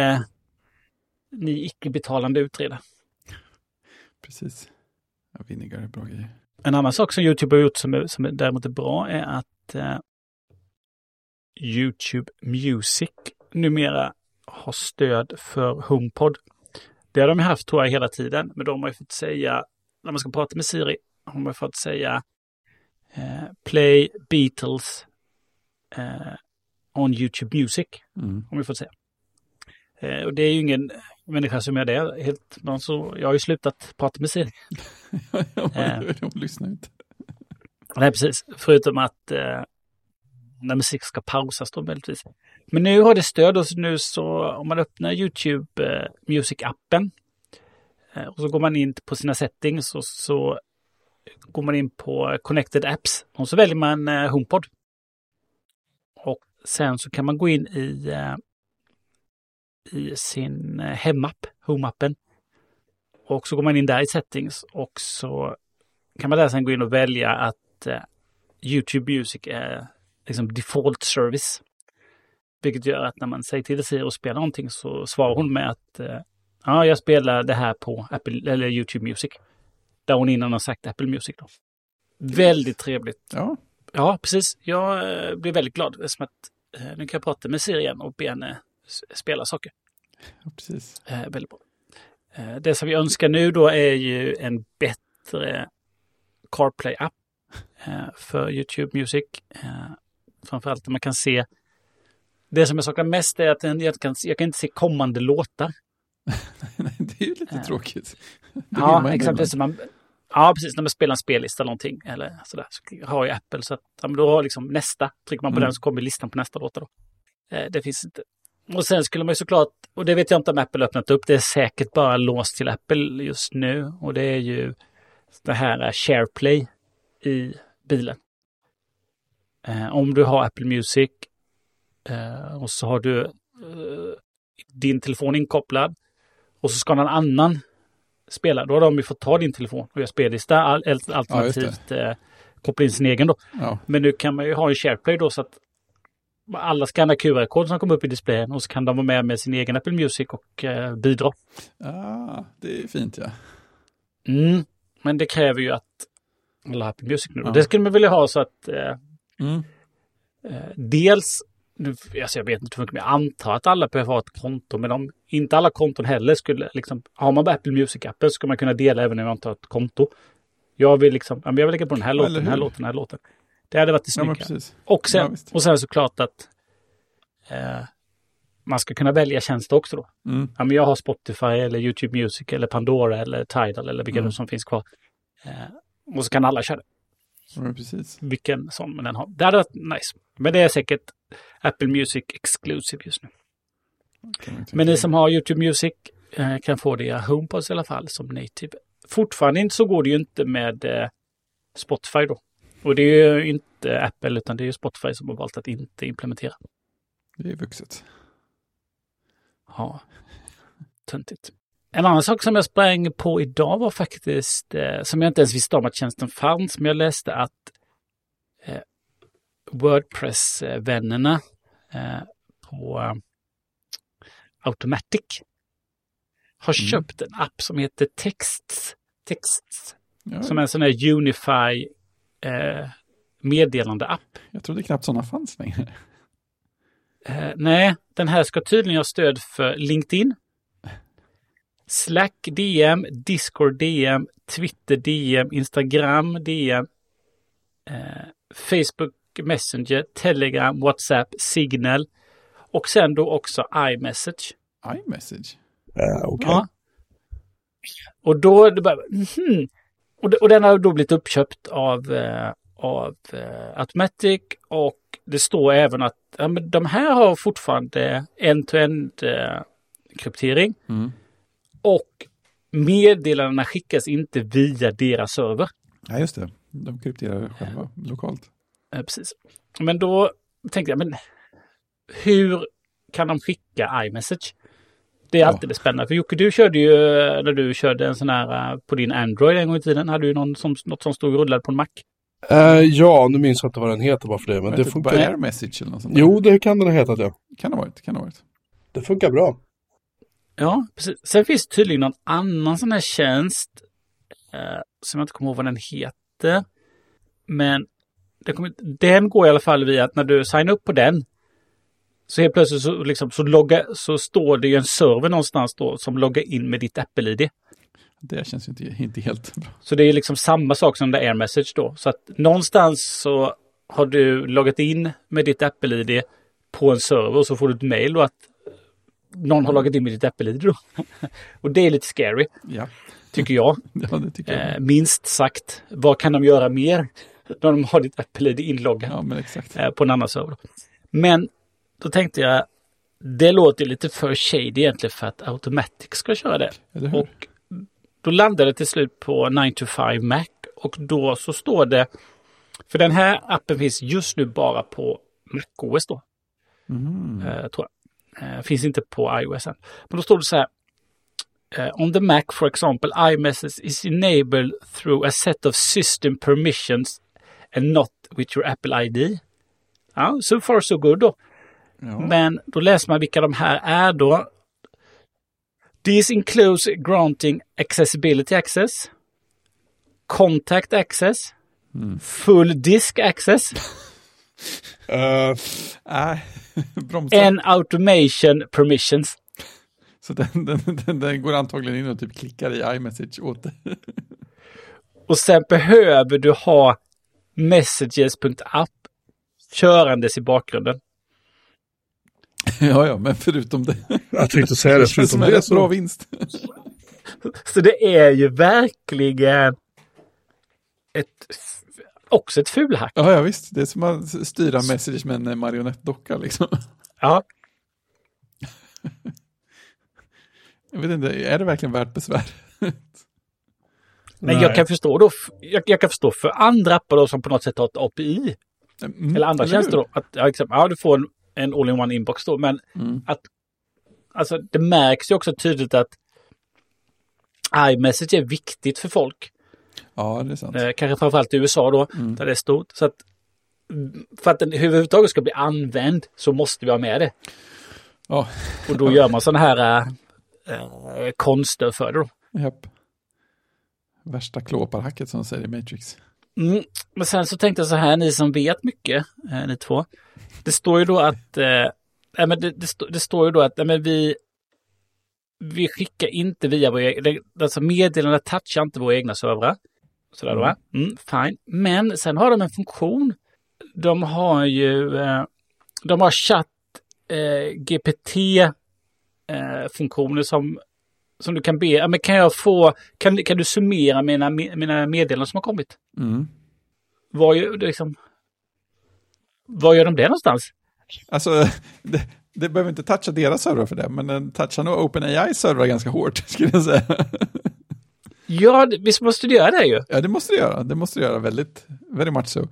ni icke-betalande utreda. Precis. Ja, Vinegar är bra grejer. En annan sak som YouTube har gjort som däremot är bra är att YouTube Music numera har stöd för HomePod. Det har de haft tror jag hela tiden, men de har ju fått säga, när man ska prata med Siri, har man fått säga Play Beatles on YouTube Music. Har vi fått säga. Och det är ju ingen människa som gör det. Helt, så jag har ju slutat prata med Siri. De lyssnar inte. Nej, precis. Förutom att när musik ska pausas då möjligtvis. Men nu har det stöd och nu så om man öppnar YouTube Music-appen och så går man in på sina settings och så går man in på Connected Apps och så väljer man HomePod. Och sen så kan man gå in i sin hemapp, Home-appen. Och så går man in där i settings och så kan man där sen gå in och välja att YouTube Music är liksom default service. Vilket gör att när man säger till Siri och spelar någonting så svarar hon med att jag spelar det här på Apple eller YouTube Music. Där hon innan har sagt Apple Music då. Väldigt trevligt. Ja, precis. Jag blir väldigt glad som att nu kan jag prata med Siri igen och be henne spela saker. Ja, precis. Väldigt bra. Det som vi önskar nu då är ju en bättre CarPlay-app för YouTube Music. Framförallt när man kan se. Det som jag saknar mest är att jag kan inte se kommande låtar. Nej, det är ju lite tråkigt. Ja, exakt. Precis. När man spelar en spellista eller någonting eller sådär, så har ju Apple så att då har liksom nästa. Trycker man på den så kommer listan på nästa låtar då. Det finns inte. Och sen skulle man ju såklart, och det vet jag inte om Apple öppnat upp, det är säkert bara låst till Apple just nu. Och det är ju det här SharePlay i bilen. Om du har Apple Music och så har du din telefon inkopplad och så ska någon annan spela, då har de ju fått ta din telefon och göra spellista alternativt koppla in sin egen då. Ja. Men nu kan man ju ha en SharePlay då så att alla skannar QR-kod som kommer upp i displayen och så kan de vara med sin egen Apple Music och bidra. Det är fint ja. Men det kräver ju att alla har Apple Music nu. Det skulle man vilja ha så att dels, alltså jag vet inte hur mycket, men jag antar att alla behöver ha ett konto, men inte alla konton heller skulle liksom, har man bara Apple Music-appen så ska man kunna dela även när man inte har ett konto. Jag vill lägga på den här låten, den här låten. Det hade varit det snygga. Och sen såklart att man ska kunna välja tjänster också då. Ja, men jag har Spotify eller YouTube Music eller Pandora eller Tidal eller vilka som finns kvar. Och så kan alla köra det. Ja, precis. Vilken som den har. Det hade varit nice. Men det är säkert Apple Music exclusive just nu. Men ni som har YouTube Music kan få det i HomePods i alla fall som native. Fortfarande inte så går det ju inte med Spotify då. Och det är ju inte Apple utan det är ju Spotify som har valt att inte implementera. Det är vuxet. Ja, töntigt. En annan sak som jag sprang på idag var faktiskt, som jag inte ens visste om att tjänsten fanns, men jag läste att WordPress-vännerna på Automatic har köpt en app som heter Texts. Som är en sån här Unify meddelande-app. Jag trodde knappt sådana fanns längre. Nej, den här ska tydligen ha stöd för LinkedIn, Slack DM, Discord DM, Twitter DM, Instagram DM, Facebook Messenger, Telegram, WhatsApp, Signal Och sen då också iMessage. iMessage? Okej. Ja. Och då det bara, och den har då blivit uppköpt av Automatic, och det står även att men de här har fortfarande end-to-end kryptering och meddelandena skickas inte via deras server. Ja, just det. De krypterar själva lokalt. Precis. Men då tänkte jag, men hur kan de skicka iMessage? Det är alltid det spännande. För Jocke, du körde ju, när du körde en sån här på din Android en gång i tiden, hade du något som stod och rullade på en Mac? Ja, nu minns jag inte vad den heter bara för det. Men det funkar. Bara AirMessage eller något sånt där. Jo, det kan den ha hetat, ja. Kan ha varit. Det funkar bra. Ja, precis. Sen finns det tydligen någon annan sån här tjänst som jag inte kommer ihåg vad den heter. Men den går i alla fall via att när du signar upp på den, så helt plötsligt så står det ju en server någonstans då som loggar in med ditt Apple-ID. Det känns ju inte helt bra. Så det är liksom samma sak som det AirMessage då. Så att någonstans så har du loggat in med ditt Apple-ID på en server, och så får du ett mejl då att någon har loggat in med ditt Apple-ID då. Och det är lite scary. Ja. Tycker jag. Ja, det tycker jag. Minst sagt. Vad kan de göra mer när de har ditt Apple-ID inloggat? Ja, men exakt. På en annan server. Men då tänkte jag, det låter lite för shady egentligen för att Automatic ska köra det. Och då landade det till slut på 9to5 Mac, och då så står det, för den här appen finns just nu bara på macOS då. Tror jag. Finns inte på iOS än. Men då står det så här: on the Mac, for example, iMessage is enabled through a set of system permissions and not with your Apple ID. Ja, so far so good då. Ja. Men då läser man vilka de här är då. These includes granting accessibility access, contact access, full disk access, and automation permissions. Så den går antagligen in och typ klickar i iMessage åt det. Och sen behöver du ha messages.app körandes i bakgrunden. Ja, men förutom det. Jag tänkte säga det, förutom det så. Bra vinst. Så det är ju verkligen också ett fulhack. Ja, visst. Det är som att styra messages med en marionettdocka liksom. Ja. Jag vet inte, är det verkligen värt besvär? Men jag kan förstå då, jag kan förstå för andra appar då som på något sätt har ett API. Eller andra tjänster då. Att du får en all-in-one inbox då, men att alltså det märks ju också tydligt att iMessage är viktigt för folk. Ja, det är sant. Kanske framförallt i USA då, där det är stort. Så att för att den överhuvudtaget ska bli använd så måste vi ha med det. Ja. Och då gör man sådana här konster för det då. Japp. Värsta klåparhacket som säger i Matrix. Men sen så tänkte jag så här, ni som vet mycket, ni två. Det står ju då att det står ju då att vi skickar inte via alltså meddelande touchar inte våra egna servrar. Sådär då, va? Fine. Men sen har de en funktion. De har chatt GPT funktioner som du kan be. Men kan du summera mina meddelanden som har kommit? Var gör de det någonstans? Alltså, det behöver inte toucha deras servrar för det, men den touchar nog OpenAI servrar ganska hårt, skulle jag säga. Ja, visst måste du göra det ju. Ja, det måste du göra väldigt much so.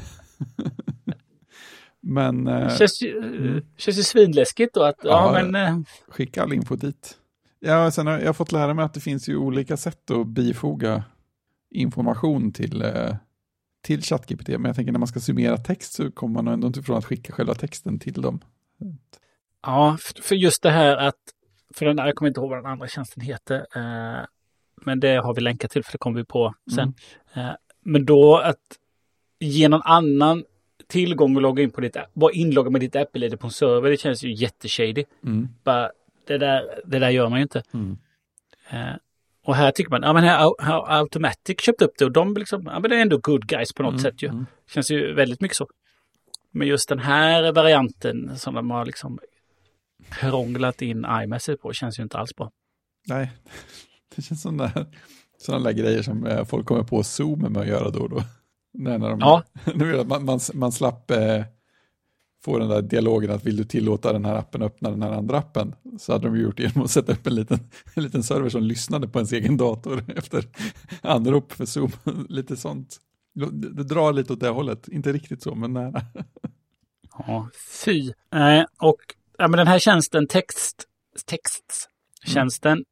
Men känns ju svinläskigt då att skicka all info dit. Ja, sen har jag fått lära mig att det finns ju olika sätt att bifoga information till ChatGPT, men jag tänker när man ska summera text så kommer man ändå inte ifrån att skicka själva texten till dem. Ja, för just det här att, jag kommer inte ihåg vad den andra tjänsten heter, men det har vi länkat till för det kommer vi på sen. Men då att ge någon annan tillgång och logga in på vara inloggad med ditt Apple-ID på en server, det känns ju jätteshady. Bara, det där gör man ju inte. Och här tycker man, men här Automatic köpte upp det och de liksom, men det är ändå good guys på något sätt ju. Känns ju väldigt mycket så. Men just den här varianten som de har liksom krånglat in iMessage på. Känns ju inte alls bra. Nej, det känns som sådana där grejer som folk kommer på Zoom med att göra då och då. Man slapp få den där dialogen att vill du tillåta den här appen öppna den här andra appen, så hade de gjort det genom att sätta upp en liten server som lyssnade på ens egen dator efter anrop för Zoom. Lite sånt. Det drar lite åt det hållet. Inte riktigt så, men nära. Ja, fy. Och men den här tjänsten, texttjänsten,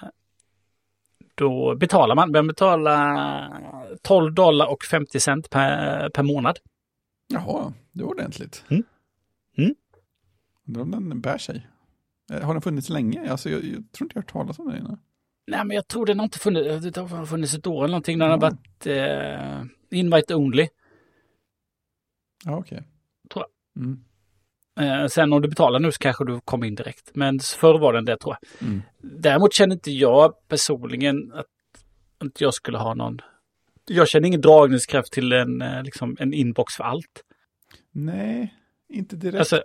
då betalar man. Man betalar $12.50 per månad. Jaha, det är ordentligt. Undrar om den bär sig. Har den funnits länge? Alltså, jag tror inte jag har hört talas om den innan. Nej, men jag tror den har inte funnits. Det har funnits ett år eller någonting. Den har varit invite only. Ja, okej. Tror jag. Sen om du betalar nu så kanske du kommer in direkt. Men förr var den det, tror jag. Däremot känner inte jag personligen att jag skulle ha någon... Jag känner ingen dragningskraft till en inbox för allt. Nej, inte direkt. Alltså,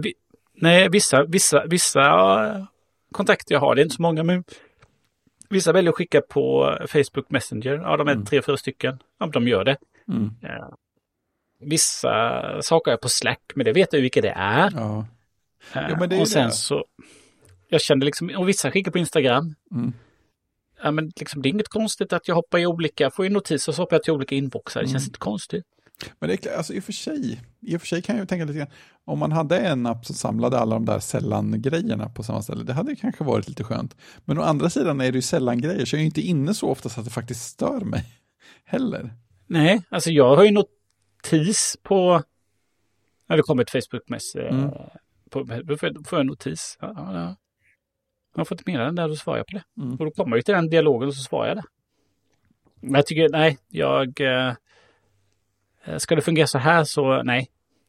vissa kontakter jag har, det är inte så många, men vissa väljer att skicka på Facebook Messenger. Ja, de är 3-4 stycken. Ja, de gör det. Vissa saker är på Slack, men det vet jag ju vilka det är. Ja. Men det är och sen det. så, jag kände liksom, och vissa skickar på Instagram. Ja, men liksom, det är inget konstigt att jag hoppar i olika, får en notis och så hoppar jag till olika inboxar. Det känns inte konstigt. Men det är, alltså, i och för sig kan jag ju tänka lite grann, om man hade en app som samlade alla de där sällan-grejerna på samma ställe, det hade kanske varit lite skönt. Men å andra sidan är det ju sällan-grejer, så jag är ju inte inne så ofta så att det faktiskt stör mig heller. Nej, alltså jag har ju notis på, när det kommer ett Facebook-mess, då får jag notis. Ja. Jag har fått med den där, då svarar jag på det. Och då kommer jag ju till den dialogen och så svarar jag det. Men jag tycker, ska det fungera så här så nej,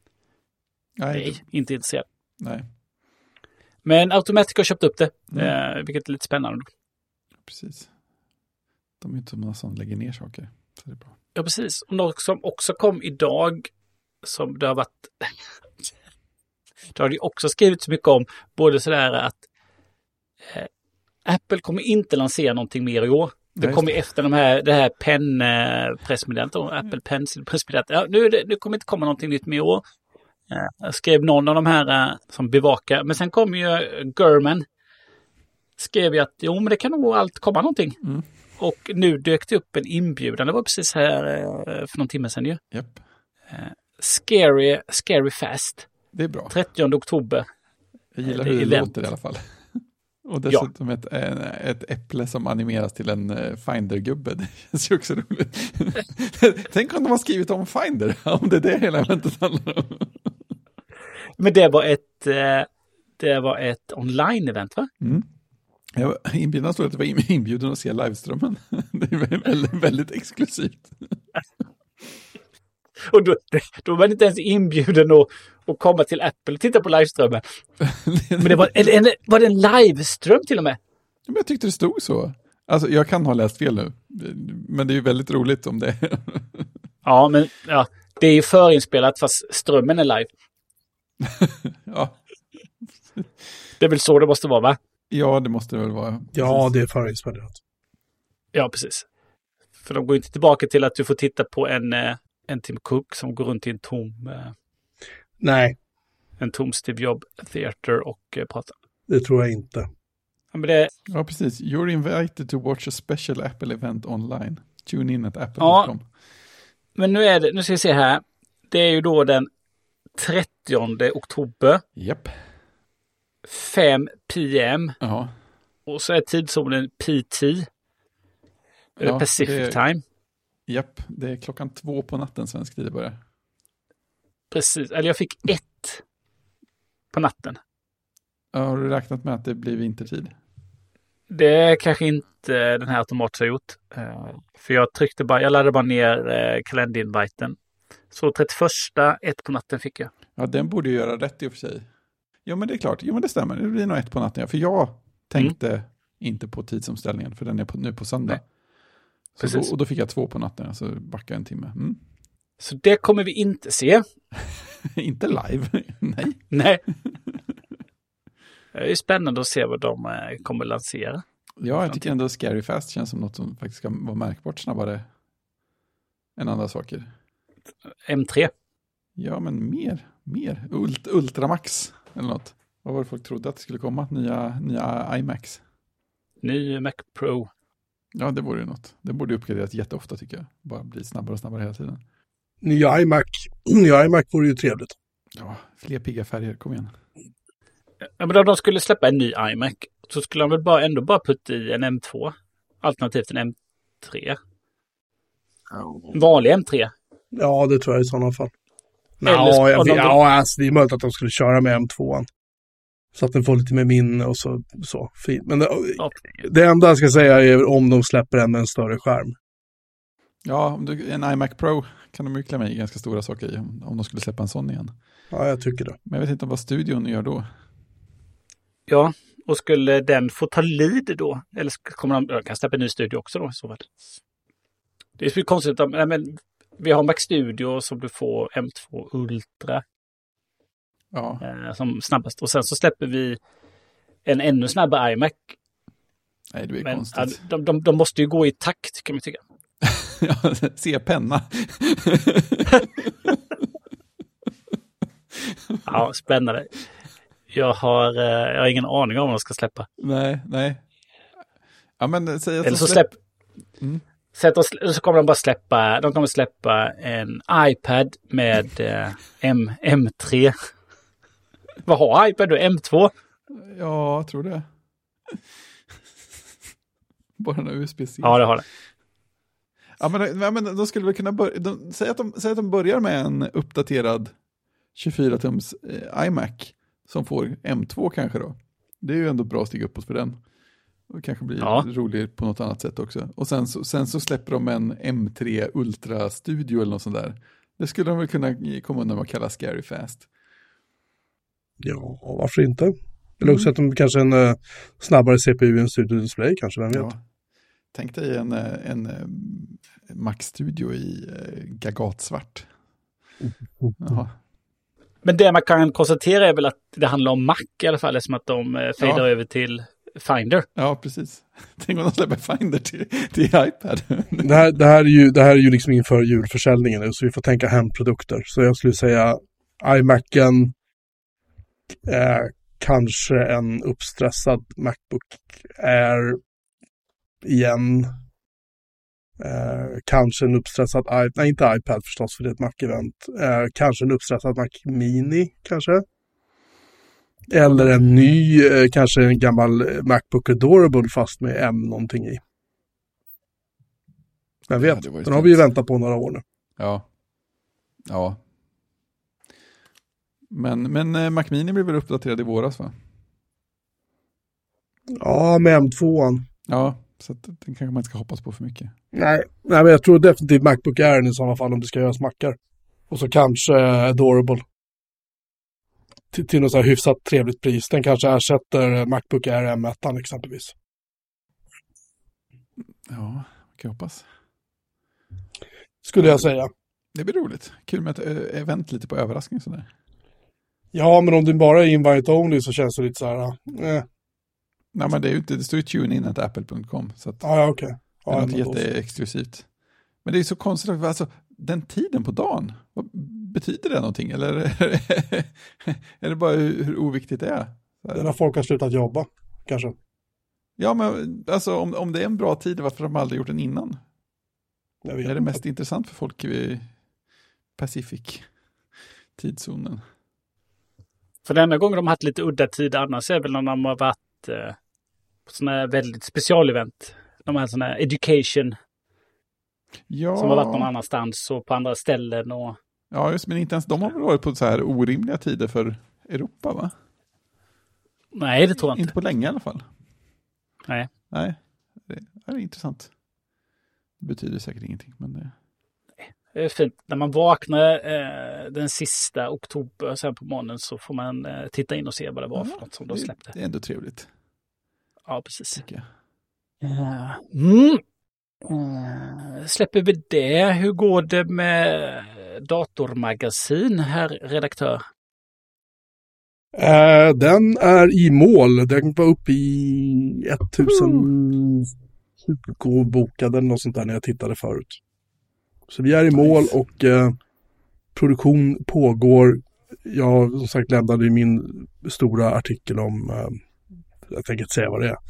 inte intresserad. Nej. Men Automatic har köpt upp det, vilket är lite spännande. Precis. De är inte sådana som lägger ner saker, så det är bra. Ja, precis. Och något som också kom idag, som det har varit... det har ju också skrivit så mycket om, både sådär att Apple kommer inte lansera någonting mer i år. Det kommer efter det här Pen-pressmeddelandet och Apple Pencil-pressmeddelandet. Ja, nu kommer inte komma någonting nytt mer i år. Jag skrev någon av de här som bevakar. Men sen kom ju Gurman. Skrev ju att men det kan nog allt komma någonting. Och nu dök det upp en inbjudan. Det var precis här för någon timme sedan ju. Yep. Scary Fast. Det är bra. 30 oktober. Jag gillar hur det låter i alla fall. Och dessutom ett äpple som animeras till en Finder-gubbe. Det känns ju också roligt. Tänk om de har skrivit om Finder. Om det är det hela eventet handlar om. Men det var ett online-event, va? Inbjudan stod att det var inbjuden att se liveströmmen. Det är väldigt, väldigt exklusivt. Och då var man inte ens inbjuden att komma till Apple och titta på liveströmmen. Men det var det en liveström till och med? Men jag tyckte det stod så. Alltså, jag kan ha läst fel nu. Men det är ju väldigt roligt om det. Ja, men det är ju förinspelat fast strömmen är live. Ja. Det är väl så det måste vara, va? Ja, det måste det väl vara. Ja, det är förinspelat. Ja, precis. För de går inte tillbaka till att du får titta på en Tim Cook som går runt i en tom... Nej. En tom Steve Jobs Theater och pratar. Det tror jag inte. Ja, men ja, precis. You're invited to watch a special Apple event online. Tune in at apple.com. Ja, men nu ska vi se här. Det är ju då den 30 oktober. Japp. 5 p.m. Ja. Och så är tidszonen PT. Pacific time. Japp, det är 2:00 på natten svensk tid det börjar. Precis, eller jag fick 1 på natten. Ja, har du räknat med att det blir vintertid? Det kanske inte den här automatiskt har gjort. För jag laddade bara ner kalenderinviten. Så 31 1 på natten fick jag. Ja, den borde ju göra rätt i och för sig. Ja, men det är klart. Jo, men det stämmer. Det blir nog 1 på natten. Ja. För jag tänkte inte på tidsomställningen. För den är nu på söndag. Så då fick jag 2 på natten. Alltså backa en timme. Så det kommer vi inte se. Inte live. Nej. Det är spännande att se vad de kommer lansera. Ja, jag tycker ändå Scary Fast känns som något som faktiskt ska vara märkbart snabbare än andra saker. M3. Ja, men mer. Ultramax eller något. Vad var det folk trodde att det skulle komma? Nya iMacs. Ny Mac Pro. Ja, det vore ju något. Det borde uppgraderas jätteofta tycker jag. Bara bli snabbare och snabbare hela tiden. Nya iMac vore ju trevligt. Ja, fler pigga färger, kom igen. Ja, men om de skulle släppa en ny iMac så skulle de väl ändå bara putta i en M2. Alternativt en M3. En vanlig M3. Ja, det tror jag i sådana fall. Alltså, det är möjligt att de skulle köra med M2. Så att den får lite mer minne och så fint. Men det enda jag ska säga är om de släpper en med en större skärm. Ja, en iMac Pro kan de ju klämma i ganska stora saker i om de skulle släppa en sån igen. Ja, jag tycker det. Men jag vet inte vad studion gör då. Ja, och skulle den få ta lead då? Eller kommer de kan släppa en ny studio också då? Så det är så konstigt. Men vi har Mac Studio som du får M2 Ultra. Ja. Som snabbast. Och sen så släpper vi en ännu snabbare iMac. Nej, det är konstigt. De måste ju gå i takt kan man tycka. Ja, se penna. Ja, spännande. Jag har ingen aning om vad de ska släppa. Nej. Ja, men säg att eller så kommer de bara släppa. De kommer släppa en iPad med M3. Vad har iPad då? M2? Ja, jag tror det. Bara en USB-C. Ja, det har det. Ja, men då skulle vi kunna börja. Säg att de börjar med en uppdaterad 24-tums iMac som får M2 kanske då. Det är ju ändå bra att stiga uppåt för den. Och kanske blir rolig på något annat sätt också. Och sen så släpper de en M3 Ultra Studio eller något sånt där. Det skulle de väl kunna komma undan med att kalla Scary Fast. Ja, varför inte? Eller också att de kanske en snabbare CPU i en Studio Display kanske, vem vet? Ja. Tänk dig en Mac Studio i gagatsvart. Jaha. Men det man kan konstatera är väl att det handlar om Mac i alla fall, som att de fejdar över till Finder. Ja, precis. Tänk om de släpper Finder till iPad. Det här är ju liksom inför julförsäljningen nu, så vi får tänka hemprodukter. Så jag skulle säga iMacen, kanske en uppstressad MacBook Air igen. Kanske en uppstressad inte iPad förstås, för det är ett Mac-event. Kanske en uppstressad Mac Mini kanske. Eller en ny, kanske en gammal MacBook Adorable fast med M någonting i. Jag vet, den har vi ju väntat på några år nu. Ja. Men Mac Mini blev väl uppdaterad i våras, va? Ja, med M2. Ja, så att den kanske man inte ska hoppas på för mycket. Nej, men jag tror definitivt MacBook Air i sådana fall om det ska göras mackar. Och så kanske Adorable. Till något så här hyfsat trevligt pris. Den kanske ersätter MacBook Air M1 exempelvis. Ja, kan jag hoppas. Skulle jag säga. Det blir roligt. Kul med ett event lite på överraskning sådär. Ja, men om du bara är invite only så känns det lite så här. Nej, men det är ju inte, det står ju tuneinatapple.com. Ja, okej. Okay. Det är inte jätteexklusivt. Men det är så konstigt, alltså den tiden på dagen, vad betyder det någonting? Eller är det bara hur oviktigt det är? Det är när folk har slutat jobba, kanske. Ja, men alltså om det är en bra tid, varför har de aldrig gjort den innan? Är det mest intressant för folk i Pacific tidszonen? För den enda gången de har haft lite udda tid annars är väl när de har varit på sådana här väldigt specialevent. De har sådana här education som har varit någon annanstans och på andra ställen. Och... Ja, just, men inte ens de har väl varit på så här orimliga tider för Europa, va? Nej, det tror jag inte. Inte på länge i alla fall. Nej. Det är intressant. Det betyder säkert ingenting, men det... Det är fint. När man vaknar den sista oktober sen på morgonen så får man titta in och se vad det var för något som de släppte. Det är ändå trevligt. Ja, precis. Släpper vi det? Hur går det med datormagasin, herr redaktör? Den är i mål. Den var uppe i 1000 bokade eller något sånt där när jag tittade förut. Så vi är i mål och produktion pågår. Jag som sagt lämnade min stora artikel om, jag tänker inte säga vad det är.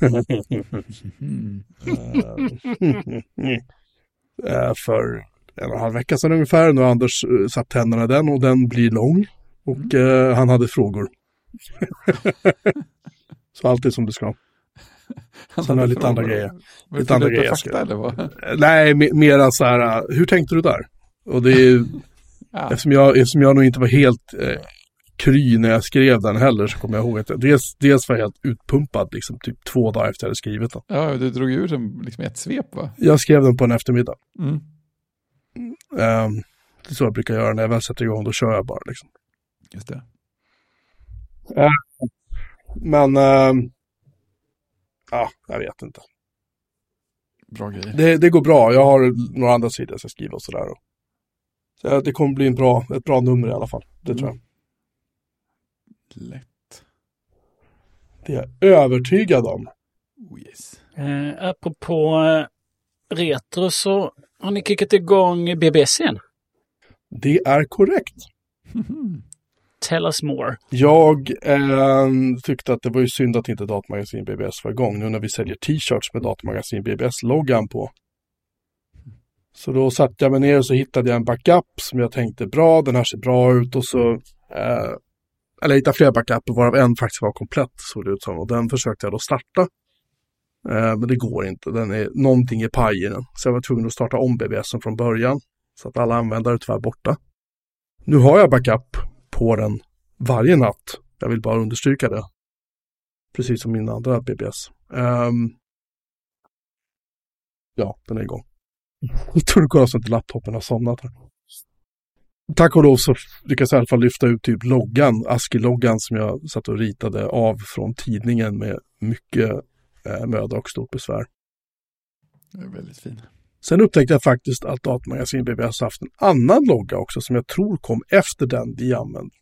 För 1,5 vecka sedan ungefär. Nu har Anders satt tänderna i den och den blir lång. Och han hade frågor. Så allt är som det ska. Sen har lite andra grejer. Lite andra grejer. Fakta, eller vad? Nej, mera så här, hur tänkte du där? Och det är eftersom jag nog inte var helt kry när jag skrev den heller, så kommer jag ihåg att dels var jag helt utpumpad liksom typ 2 dagar efter jag hade skrivit den. Ja, du drog ur den liksom ett svep, va? Jag skrev den på en eftermiddag. Mm. Det är så jag brukar göra när jag väl sätter igång, då kör jag bara liksom. Just det. Men jag vet inte. Bra grejer. Det går bra. Jag har några andra sidor jag ska skriva och sådär. Så det kommer bli ett bra nummer i alla fall. Det tror jag. Lätt. Det är jag övertygad om. Oh yes. Apropå retro så har ni kickat igång BBS igen. Det är korrekt. Tell us more. Jag tyckte att det var ju synd att inte Datamagasin BBS var igång nu när vi säljer t-shirts med Datamagasin BBS-loggan på. Så då satt jag mig ner och så hittade jag en backup som jag tänkte bra, den här ser bra ut och så eller hittade flera backuper varav en faktiskt var komplett såg det ut som och den försökte jag då starta. Men det går inte, någonting är paj i den. Så jag var tvungen att starta om BBSen från början så att alla användare tyvärr borta. Nu har jag backup på den varje natt. Jag vill bara understryka det. Precis som min andra BBS. Ja, den är igång. Jag tror det går så att laptopen har somnat här. Tack och lov så lyckas jag i alla fall lyfta ut typ loggan, ASCII-loggan som jag satt och ritade av från tidningen med mycket möda och stort besvär. Det är väldigt fin. Sen upptäckte jag faktiskt att Datamagasin BBS haft en annan logga också som jag tror kom efter den vi använde.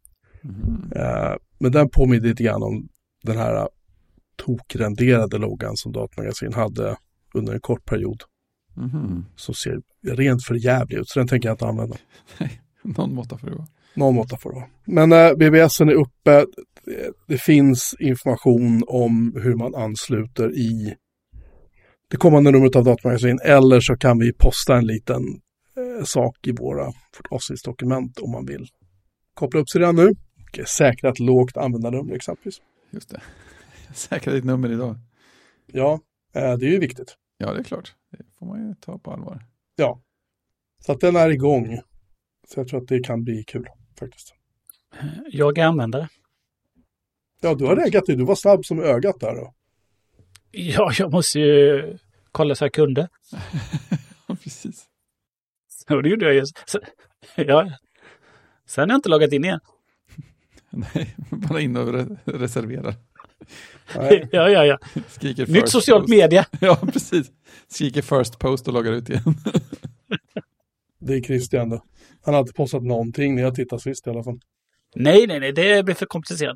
Men den påminner lite grann om den här tokrenderade loggan som Datamagasin hade under en kort period. Som ser rent för jävligt ut, så den tänker jag inte använda. Nej, någon måtta får det vara. Någon måtta får det vara. Men BBSen är uppe. Det finns information om hur man ansluter i det kommande numret av Datamagasin, eller så kan vi posta en liten sak i våra avsnittsdokument om man vill koppla upp sig redan nu. Säkra ett lågt användarnummer exempelvis. Just det. Säkra ditt nummer idag. Ja, det är ju viktigt. Ja, det är klart. Det får man ju ta på allvar. Ja, så att den är igång. Så jag tror att det kan bli kul faktiskt. Jag är användare. Ja, du har reagerat. Du var snabb som ögat där då. Ja, jag måste ju kolla så jag kunde. Ja, precis. Och det gjorde jag ju. Ja. Sen har jag inte loggat in igen. Nej, bara in och reservera. Ja. Skriker nytt socialt media. Ja, precis. Skriker first post och loggar ut igen. Det är Christian då. Han har inte postat någonting när jag tittar sist i alla fall. Nej. Det blir för komplicerat.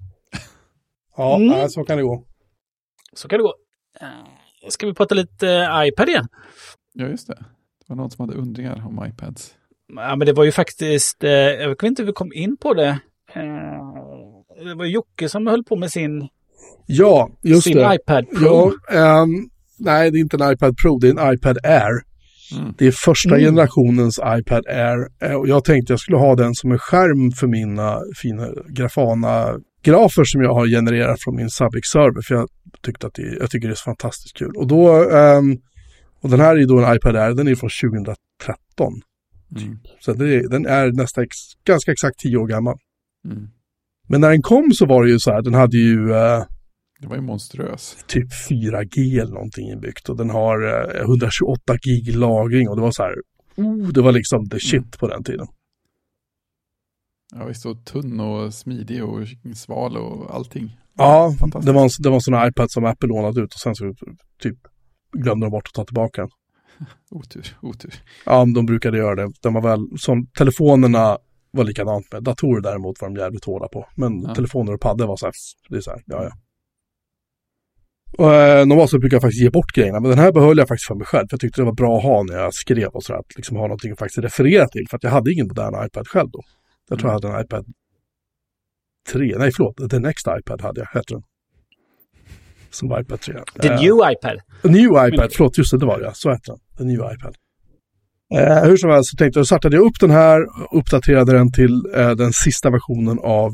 Ja, så kan det gå. Så kan det gå. Ska vi prata lite iPad igen? Ja, just det. Det var någon som hade undringar om iPads. Ja, men det var ju faktiskt... jag vet inte hur vi kom in på det. Det var Jocke som höll på med sin... Ja, just sin det. iPad Pro. Ja, nej, det är inte en iPad Pro, det är en iPad Air. Det är första generationens iPad Air. Och jag tänkte jag skulle ha den som en skärm för mina fina Grafana-grafer som jag har genererat från min Subic-server. För jag tycker det är så fantastiskt kul. Och då... och den här är ju då en iPad Air, den är från 2013. Så den är nästan ganska exakt 10 år gammal. Men när den kom så var det ju så här, den hade ju... det var ju monströs. Typ 4G eller någonting inbyggt. Och den har 128 gig lagring. Och det var så här, det var liksom the shit på den tiden. Ja, visst, så tunn och smidig och sval och allting. Ja, det var en sån iPad som Apple lånade ut och sen så typ glömde de bort att ta tillbaka den. Otur. Ja, de brukade göra det. De var väl, som telefonerna var likadant med. Datorer däremot var de jävligt hårda på. Men telefoner och paddor var så här, det är så här, ja. Och normalt så brukar jag faktiskt ge bort grejerna, men den här behöll jag faktiskt för mig själv. För jag tyckte det var bra att ha när jag skrev och sådär, att liksom ha någonting att faktiskt referera till. För att jag hade ingen modern iPad själv då. Jag tror jag hade en iPad 3, nej förlåt, The Next iPad hade jag, heter den. Som var iPad 3. The New iPad? New iPad, förlåt, just det var det, så heter den. The New iPad. Hur som helst så tänkte jag, startade jag upp den här och uppdaterade den till den sista versionen av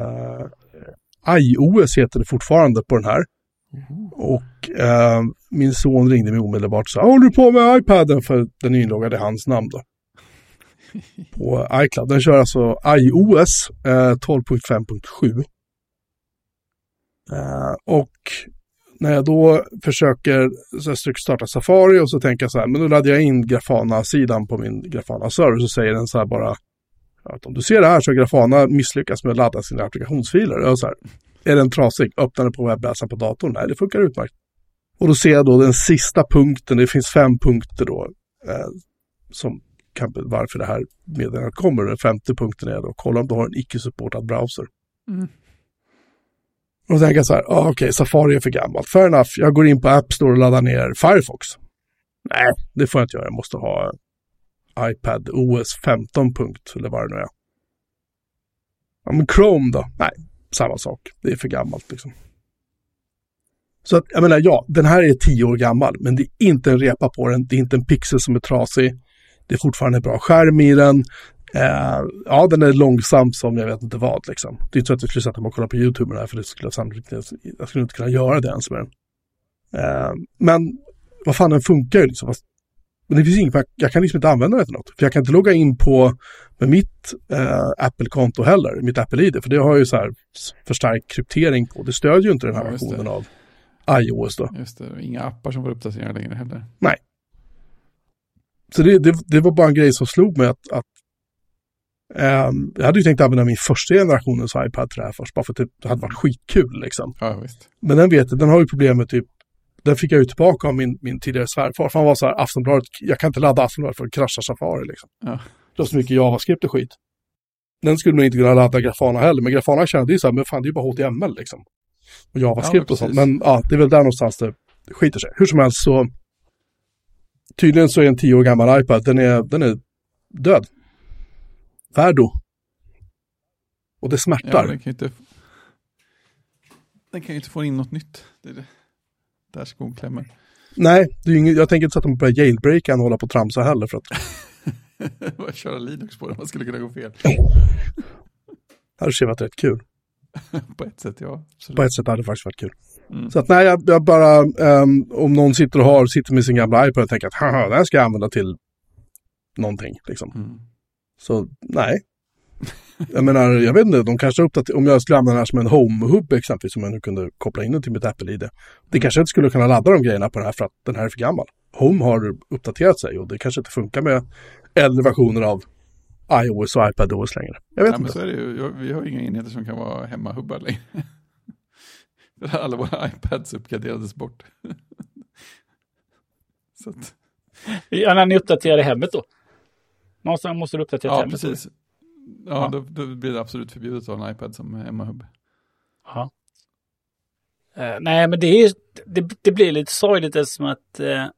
iOS heter det fortfarande på den här. Och min son ringde mig omedelbart och sa, håller du på med iPaden? För den inloggade hans namn då. På iCloud. Den kör alltså iOS 12.5.7. Och när jag då försöker starta Safari och så tänker jag så här, men då laddar jag in Grafana-sidan på min Grafana-server, så säger den så här bara att om du ser det här så har Grafana misslyckats med att ladda sina applikationsfiler. Och så här, är den trasig? Öppnar den på webbläsaren på datorn? Nej, det funkar utmärkt. Och då ser jag då den sista punkten, det finns 5 punkter då som kan varför det här meddelandet kommer. Den 5:e punkten är då, kolla om du har en icke-supportad browser. Och så tänker jag så här, okej, Safari är för gammalt. Fair enough, jag går in på App Store och laddar ner Firefox. Nej, det får jag inte göra. Jag måste ha iPad OS 15 eller vad det nu är. Ja, men Chrome då? Nej, samma sak. Det är för gammalt liksom. Så att, jag menar, ja, den här är 10 år gammal, men det är inte en repa på den. Det är inte en pixel som är trasig. Det är fortfarande en bra skärm i den. Ja, den är långsam som jag vet inte vad liksom. Det är inte så att jag skulle sätta mig och kolla på YouTube med det här, för det skulle jag skulle inte kunna göra det ens med den. Men vad fan, den funkar ju liksom. Men det finns inget, jag kan liksom inte använda det till något. För jag kan inte logga in med mitt Apple-konto heller, mitt Apple-ID. För det har ju så här förstärkt kryptering på. Det stödjer ju inte den här versionen av iOS då. Just det, inga appar som var uppdaterade längre heller. Nej. Så det var bara en grej som slog mig att jag hade ju tänkt använda min första generationens iPad till det här först, bara för att det hade varit skitkul liksom. Ja, visst. Men den har ju problem med typ, den fick jag ju tillbaka av min tidigare svärfar. För han var så här, Aftonbladet, jag kan inte ladda Aftonbladet för att krascha Safari liksom. Ja. Det var så mycket JavaScript och skit. Den skulle man inte kunna ladda Grafana heller, men Grafana kände ju så här, men fan det är ju bara HTML liksom. Och JavaScript och sånt. Men ja, det är väl där någonstans det skiter sig. Hur som helst så tydligen så är en 10 år gammal iPad, den är död. Färdo. Och det smärtar. Ja, den kan ju inte få in något nytt. Det är det. Där skon klämmer. Nej, det är jag tänker inte så att de börjar jailbreaka och hålla på och tramsa heller. För att bara köra Linux på det, man skulle kunna gå fel. Det hade varit rätt kul. På ett sätt, ja. Absolut. På ett sätt hade det faktiskt varit kul. Så att nej, jag bara om någon sitter med sin gamla iPad och tänker att haha, det här ska jag använda till någonting liksom. Så nej. Jag menar, jag vet inte, de kanske om jag skulle använda det här som en home-hub exempelvis, som jag nu kunde koppla in den till mitt Apple-ID. Det kanske inte skulle kunna ladda de grejerna på den här för att den här är för gammal. Home har uppdaterat sig och det kanske inte funkar med äldre versioner av iOS och iPadOS längre. Jag vet inte. Men så är det ju, vi har inga enheter som kan vara hemmahubbar längre. Alla våra iPads uppgraderades bort. Så att... Ja, när ni uppdaterade hemmet då? Någonstans måste du uppdatera hemmet. Precis. Ja, då blir det absolut förbjudet att ha en iPad som hemmahubb. Ja. Nej, men det blir lite sorgligt eftersom att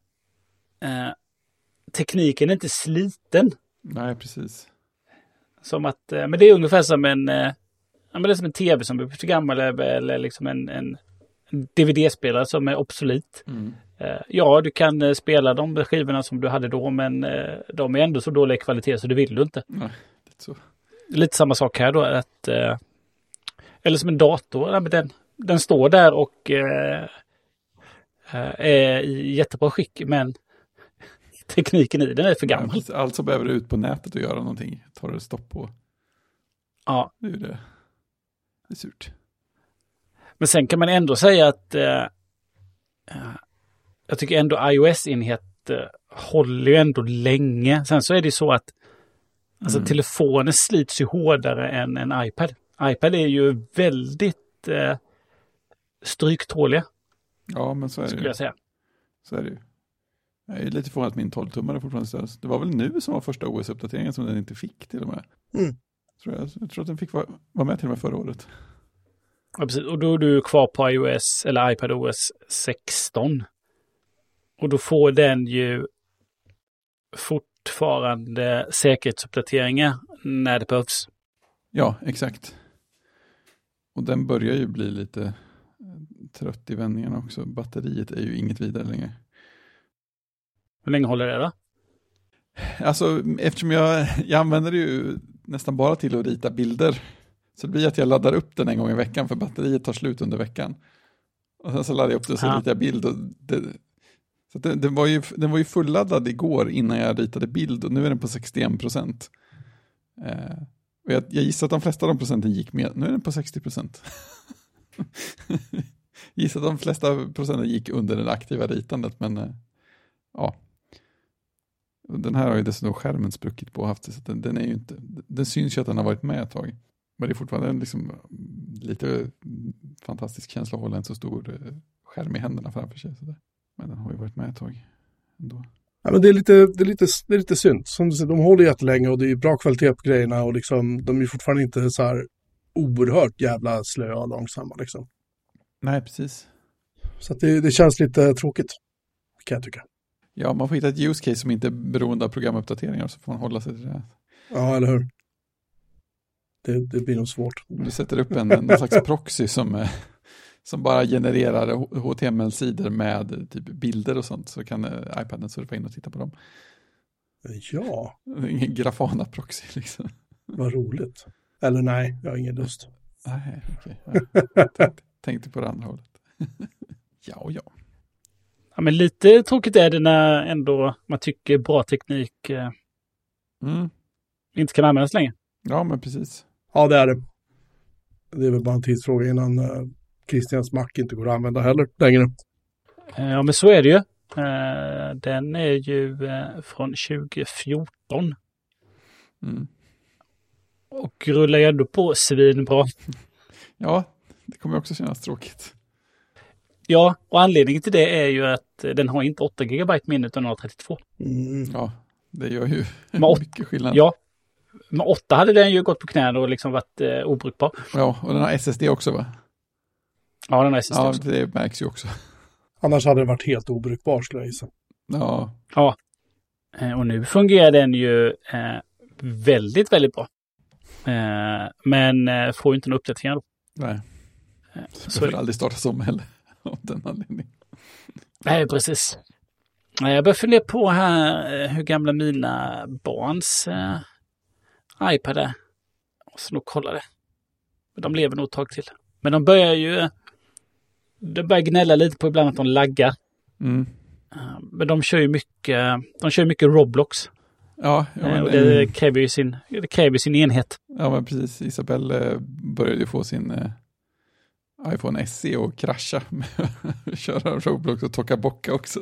tekniken är inte sliten. Nej, precis. Som att, men det är ungefär som en tv som blir för gammal eller liksom en DVD-spelare som är obsolet. Ja, du kan spela de skivorna som du hade då, men de är ändå så dålig kvalitet så det vill du inte. Nej, så. Lite samma sak här då, att eller som en dator, den står där och är i jättebra skick, men tekniken i den är för gammal. Ja, alltså behöver du ut på nätet och göra någonting. Tar det stopp på. Ja. Det är surt. Men sen kan man ändå säga att jag tycker ändå iOS-enhet håller ju ändå länge. Sen så är det så att alltså, telefonen slits ju hårdare än en iPad. iPad är ju väldigt stryktåliga. Ja, men så är det skulle jag säga. Så är det ju. Jag är lite förvånad att min 12-tummare fortfarande stöds. Det var väl nu som var första OS-uppdateringen som den inte fick till och med. Jag tror att den fick vara med till och med förra året. Ja, precis. Och då är du kvar på iOS eller iPadOS 16. Och då får den ju fortfarande säkerhetsuppdateringar när det behövs. Ja, exakt. Och den börjar ju bli lite trött i vändningarna också. Batteriet är ju inget vidare längre. Hur länge håller det då? Alltså, eftersom jag använder det ju nästan bara till att rita bilder. Så det blir att jag laddar upp den en gång i veckan, för batteriet tar slut under veckan. Och sen så laddar jag upp det och så ritar jag bild. Och den var ju fulladdad igår innan jag ritade bild, och nu är den på 61%. Och jag gissar att de flesta av de procenten gick med. Nu är den på 60%. Gissar att de flesta procenten gick under det aktiva ritandet, men ja. Den här har ju dessutom skärmen spruckit på och haft det, så den är ju inte, den syns ju att den har varit med ett tag. Men det är fortfarande liksom lite fantastisk känsla att hålla en så stor skärm i händerna framför sig. Sådär. Men den har ju varit med ett tag ändå. Ja, men det är lite synd. Som du säger, de håller jättelänge och det är bra kvalitet på grejerna, och liksom, de är fortfarande inte så här oerhört jävla slöa och långsamma. Liksom. Nej, precis. Så att det känns lite tråkigt, kan jag tycka. Ja, man får hitta ett use case som inte är beroende av programuppdateringar, så får man hålla sig till det. Ja, eller hur? Det blir nog svårt. Du sätter upp någon slags proxy som bara genererar HTML-sidor med typ bilder och sånt, så kan iPaden surfa in och titta på dem. Ja. Ingen Grafana-proxy liksom. Vad roligt. Eller nej, jag har ingen lust. Nej, okej. Ja. Tänkte på det andra hållet. Ja. Ja, men lite tråkigt är det när ändå man tycker bra teknik inte kan användas längre. Ja, men precis. Ja, det är det. Det är väl bara en tidsfråga innan Christians Mac inte går att använda heller längre. Ja, men så är det ju. Den är ju från 2014. Och rullar ju ändå på svinbra. Ja, det kommer också kännas tråkigt. Ja, och anledningen till det är ju att den har inte 8 GB minne utan den har 32. Ja, det gör ju mycket skillnad. Ja, med 8 hade den ju gått på knäna och liksom varit obrukbar. Ja, och den har SSD också, va? Ja, den har SSD också. Ja, det märks ju också. Annars hade den varit helt obrukbar, skulle jag gissa. Ja. Ja, och nu fungerar den ju väldigt, väldigt bra. Men får ju inte någon uppdatering då. Nej. Så behöver aldrig startas om heller av den anledningen. Nej, precis. Jag börjar fundera på här hur gamla mina barns iPad är. Jag måste nog kolla det. De lever nog ett tag till. Men de börjar gnälla lite på ibland att de laggar. Men de kör ju mycket Roblox. Ja, och det kräver ju sin enhet. Ja, men precis. Isabelle började ju få sin iPhone SE och krascha med att köra Roblox och Toka-Boka också.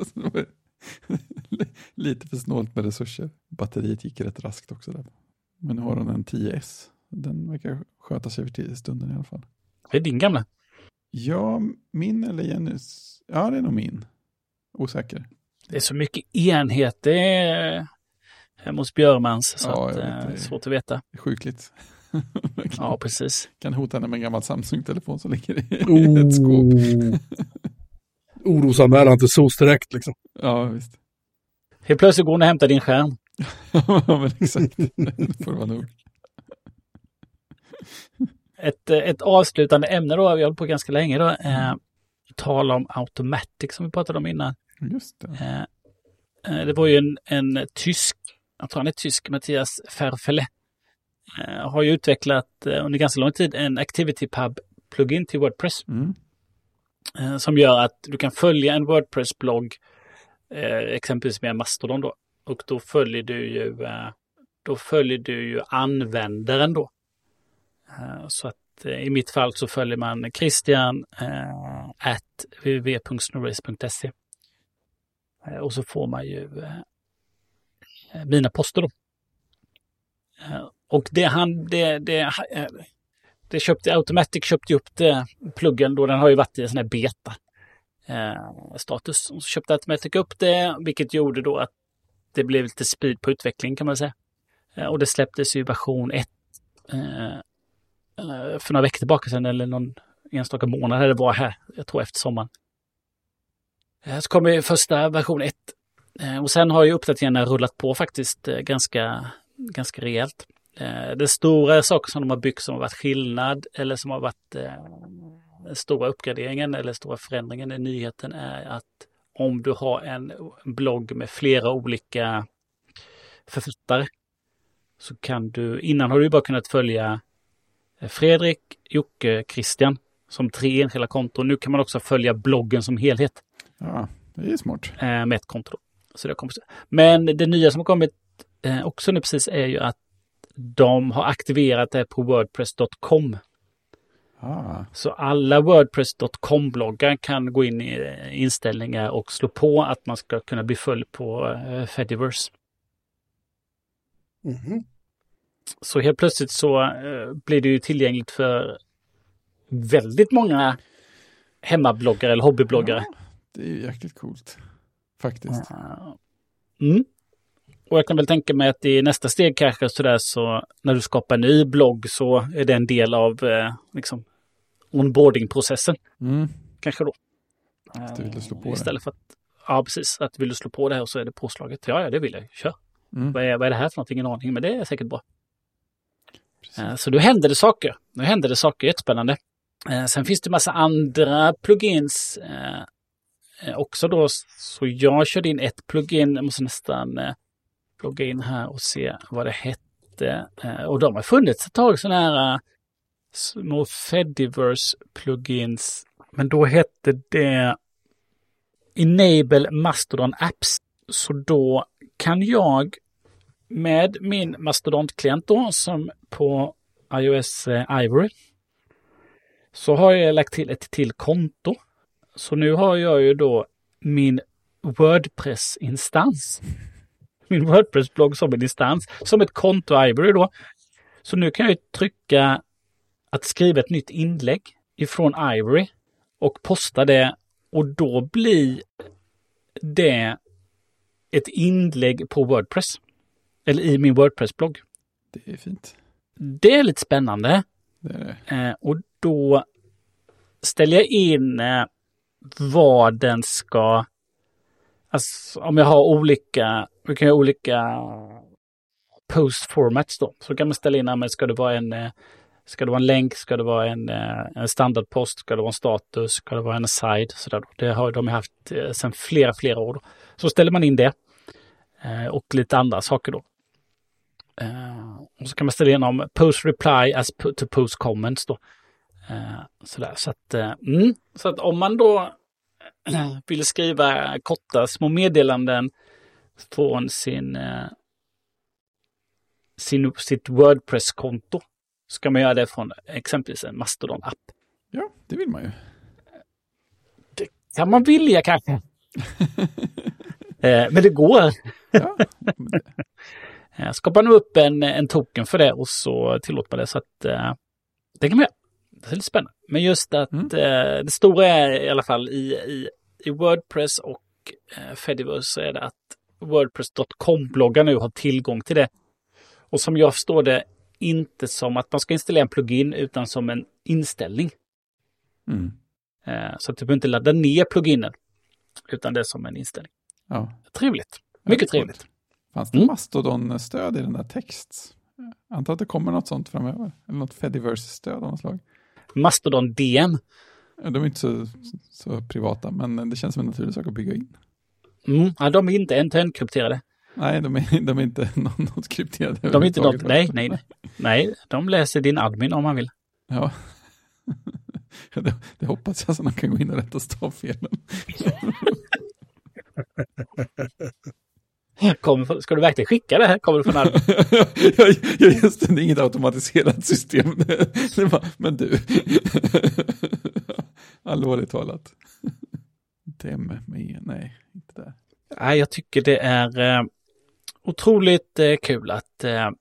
Lite för snålt med resurser. Batteriet gick rätt raskt också där. Men nu har hon en 10S. Den verkar sköta sig över stunden i alla fall. Det är din gamla? Ja, min eller Jennys. Ja, det är nog min. Osäker. Det är så mycket enheter hemma hos Björmans så ja, att det är svårt att veta. Det är sjukligt. Ja, precis. Kan hota henne med en gammal Samsung-telefon som ligger i ett skåp. Orosanmälan till SOS direkt liksom. Ja, visst. Helt plötsligt går hon och hämtar din skärm. Ja, men exakt. Det får vara nog. Ett avslutande ämne då, vi har hållit på ganska länge då. Tala om Automatic som vi pratade om innan. Just det. Det var ju en tysk, jag tror han är tysk, Mattias Ferfele. Har ju utvecklat under ganska lång tid en ActivityPub-plugin till WordPress. Som gör att du kan följa en WordPress-blogg exempelvis med Mastodon då. Och då följer du ju användaren då. Så att i mitt fall så följer man Christian @www.snowrace.se. Och så får man ju mina poster då. Och Automatic köpte upp det, pluggen då, den har ju varit i en sån här beta status. Och så köpte Automatic upp det, vilket gjorde då att det blev lite speed på utveckling kan man säga. Och det släpptes i version för några veckor tillbaka sedan eller någon enstaka månad det var här, jag tror efter sommaren. Så kom ju första version 1 och sen har ju uppdateringarna rullat på faktiskt ganska rejält. Det stora saker som de har byggt som har varit skillnad eller som har varit stora uppgraderingen eller stora förändringen i nyheten är att om du har en blogg med flera olika författare så kan du, innan har du bara kunnat följa Fredrik, Jocke, Christian som 3 enskilda konton. Nu kan man också följa bloggen som helhet. Ja, det är smart. Med ett konto då. Så det kommer. Men det nya som har kommit också nu precis är ju att de har aktiverat det på wordpress.com. Så alla wordpress.com-bloggar kan gå in i inställningar och slå på att man ska kunna bli följd på Fediverse. Mm-hmm. Så helt plötsligt så blir det ju tillgängligt för väldigt många hemmabloggare eller hobbybloggare. Ja, det är ju jäkligt coolt. Faktiskt. Och jag kan väl tänka mig att i nästa steg kanske så när du skapar en ny blogg så är det en del av liksom onboarding-processen. Kanske då. Du vill slå på istället för att, ja precis, att vill du slå på det här och så är det påslaget. Ja, det vill jag. Kör. Vad är det här för någonting? Ingen aning, men det är säkert bra. Så då händer det saker. Jättespännande. Sen finns det massa andra plugins också då. Så jag körde in ett plugin. Jag måste nästan plugga in här och se vad det hette. Och de har funnits ett tag sådana här små Fediverse plugins. Men då hette det Enable Mastodon Apps. Så då kan jag med min Mastodon-klient då som på iOS Ivory så har jag lagt till ett till konto. Så nu har jag ju då min WordPress-instans. Min WordPress-blogg som en instans. Som ett konto Ivory då. Så nu kan jag trycka att skriva ett nytt inlägg ifrån Ivory och posta det. Och då blir det ett inlägg på WordPress. Eller i min WordPress-blogg. Det är fint. Det är lite spännande. Det är det. Och då ställer jag in vad den ska... Alltså om jag har olika post formats då. Så kan man ställa in, men ska det vara en länk, ska det vara en standardpost, ska det vara en status, ska det vara en side. Så där då. Det har de haft sedan flera år då. Så ställer man in det. Och lite andra saker då. Och så kan man ställa in om post reply as to post comments då. Sådär. Så att om man då vill skriva korta små meddelanden från sitt WordPress-konto så kan man göra det från exempelvis en Mastodon-app. Ja, det vill man ju. Det kan man vilja kanske. Men det går. Ja. Skapar nu upp en token för det och så tillåter man det så att det kan man göra. Det är lite spännande. Men just att det stora är i alla fall i WordPress och Fediverse så är det att WordPress.com-bloggar nu har tillgång till det. Och som jag förstår det inte som att man ska installera en plugin utan som en inställning. Så att du behöver inte ladda ner pluginen utan det är som en inställning. Ja. Trevligt. Mycket trevligt. Fanns det Mastodon-stöd i den där text? Jag antar att det kommer något sånt framöver. Eller något Fediverse-stöd av något slag. Mastodon DM. De är inte så privata, men det känns som en naturlig sak att bygga in. Ja, de är inte end-to-end-krypterade. Nej, de är inte något krypterade. De är inte något, nej, de läser din admin om man vill. Ja, det hoppas jag så man kan gå in och rätta stavfelen. Ska du verkligen skicka det här? Kommer du från admin? Just det, är inget automatiserat system. Men du. Allvarligt talat. Nej, inte där. Nej, jag tycker det är otroligt kul att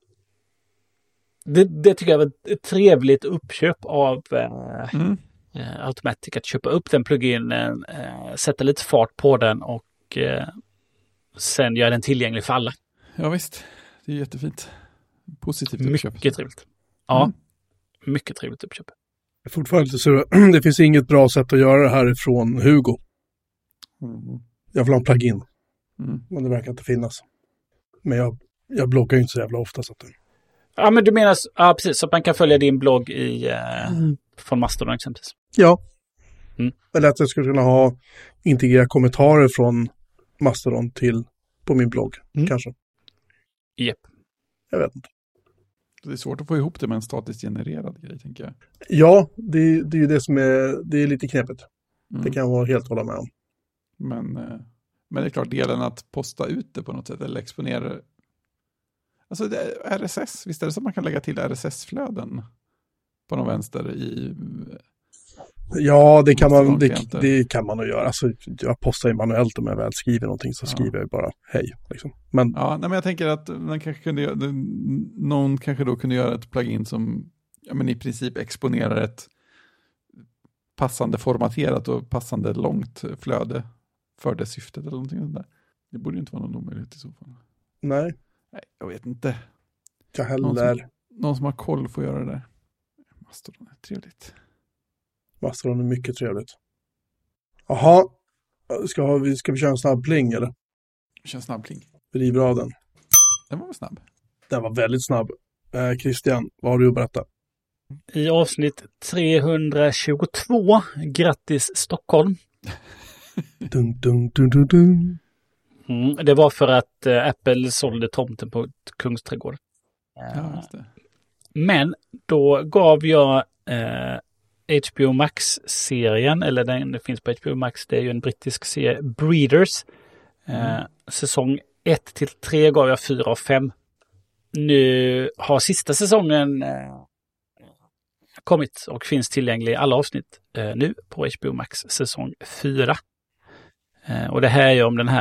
det tycker jag var ett trevligt uppköp av Automatic att köpa upp den pluginen, sätta lite fart på den och sen göra den tillgänglig för alla. Ja visst, det är jättefint. Positivt uppköp. Mycket trevligt. Ja, mycket trevligt uppköp. Jag är fortfarande lite sur. Det finns inget bra sätt att göra det här ifrån Hugo. Jag vill ha en plugin. Men det verkar inte finnas. Men jag bloggar ju inte så jävla ofta. Så att... Ja, men du menar precis, så att man kan följa din blogg från Mastodon exempelvis. Ja. Eller att jag skulle kunna integrera kommentarer från Mastodon på min blogg. Kanske. Japp. Jag vet inte. Det är svårt att få ihop det med en statiskt genererad grej, tänker jag. Ja, det är ju det som det är lite knepigt. Det kan jag helt hålla med om. Men det är klart, delen att posta ut det på något sätt eller exponera. Alltså RSS, visst är det så att man kan lägga till RSS-flöden på någon vänster i... Ja, det kan man nog göra. Alltså, jag postar ju manuellt om jag väl skriver någonting, så skriver jag bara hej. Liksom. Men... Ja, men jag tänker att någon kanske då kunde göra ett plugin som i princip exponerar ett passande formaterat och passande långt flöde för det syftet eller någonting sånt där. Det borde ju inte vara någon omöjlighet i så fall. Nej, jag vet inte. Jag heller. Någon som har koll får göra det där. Mastodon är trevligt. Mastodon är mycket trevligt. Jaha, ska vi köra en snabb pling eller? Vi kör en snabb pling. Vi river av den. Den var väl snabb? Den var väldigt snabb. Christian, vad har du att berätta? I avsnitt 322, grattis Stockholm. Dun, dun, dun, dun, dun. Det var för att Apple sålde tomten på Kungsträdgården. Ja, just det. Men då gav jag HBO Max-serien, eller den finns på HBO Max, det är ju en brittisk serie, Breeders. Säsong 1-3 gav jag 4 av 5. Nu har sista säsongen kommit och finns tillgänglig i alla avsnitt nu på HBO Max säsong 4. Och det här är ju om de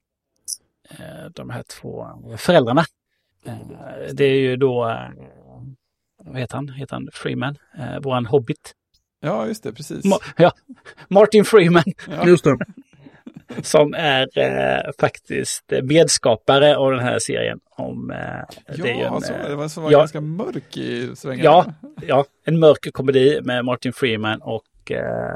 här 2 föräldrarna. Det är ju då, vad heter han? Freeman, våran hobbit. Ja, just det, precis. Martin Freeman. Ja. Just det. Som är faktiskt medskapare av den här serien. Det var ganska mörk i svängarna. Ja, en mörk komedi med Martin Freeman och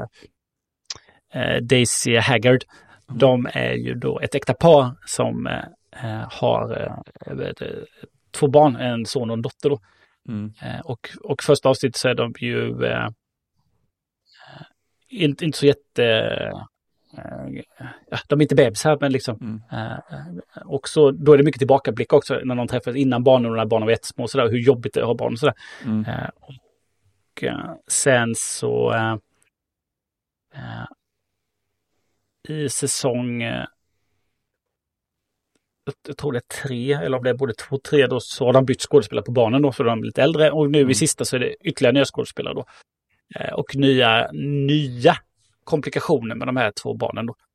Daisy Haggard. De är ju då ett äkta par som har 2 barn, en son och en dotter då. Och första avsnittet så är de ju inte så de är inte bebisar, men liksom och så då är det mycket tillbakablick också när de träffas innan barnen och när barnen var jättesmå och sådär, hur jobbigt det är att ha barn och sådär. Och sen så i säsong jag tror det är 3, eller om det är både 2 och 3 då, så har de bytt skådespelare på barnen då, för de är lite äldre, och nu i sista så är det ytterligare nya skådespelare då. Och nya komplikationer med de här 2 barnen då.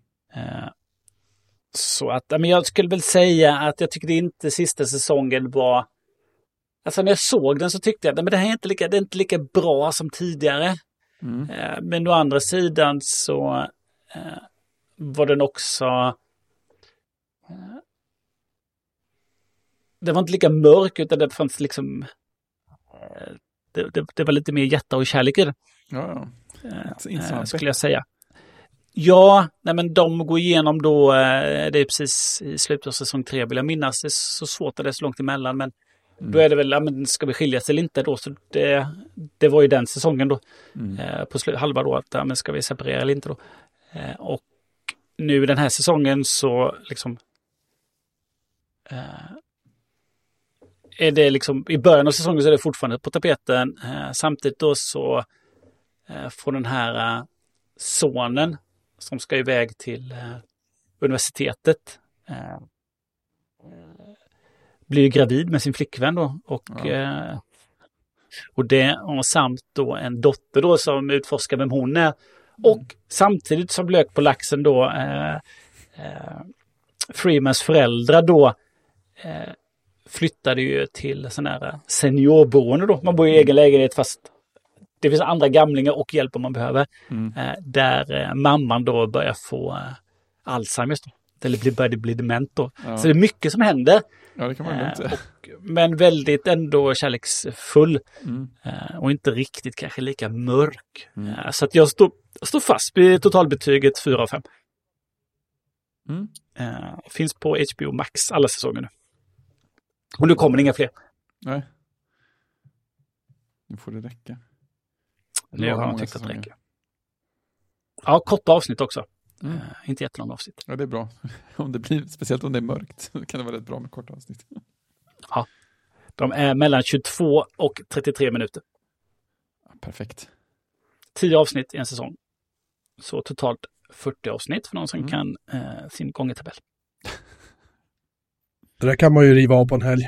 Så att, men jag skulle väl säga att jag tyckte inte sista säsongen var, alltså när jag såg den så tyckte jag att det här är inte lika bra som tidigare. Men å andra sidan så var den också det var inte lika mörk, utan det fanns liksom det var lite mer hjärta och kärlek i det. Skulle jag säga. Ja, men de går igenom då, det är precis i slutet av säsong 3 vill jag minnas, det är så svårt att det är så långt emellan, men då är det väl, men ska vi skiljas eller inte då, så det var ju den säsongen då, på halva då, att men ska vi separera eller inte då. Och nu i den här säsongen så liksom är det liksom, i början av säsongen så är det fortfarande på tapeten, samtidigt då så får den här sonen som ska iväg till universitetet blir gravid med sin flickvän då, och samt då en dotter då som utforskar vem hon är, och samtidigt som lök på laxen då Freemans föräldrar då flyttade ju till sån här seniorboende då, man bor i egen lägenhet fast det finns andra gamlingar och hjälp om man behöver. Där mamman då börjar få Alzheimers då. eller började bli dement då. Ja. Så det är mycket som händer. Ja, det kan man lugnt säga. Men väldigt ändå kärleksfull. Mm. Och inte riktigt kanske lika mörk. Så att jag står fast vid totalbetyget 4 av 5. Mm. Finns på HBO Max alla säsonger nu. Och nu kommer det inga fler. Nej. Nu får det räcka. Nu har de tyckt att det räcker. Ja, korta avsnitt också. Inte jättelånga avsnitt. Ja, det är bra. Speciellt om det är mörkt så kan det vara rätt bra med korta avsnitt. Ja. De är mellan 22 och 33 minuter. Ja, perfekt. 10 avsnitt i en säsong. Så totalt 40 avsnitt för någon som kan sin gångertabell. Det där kan man ju riva av på en helg.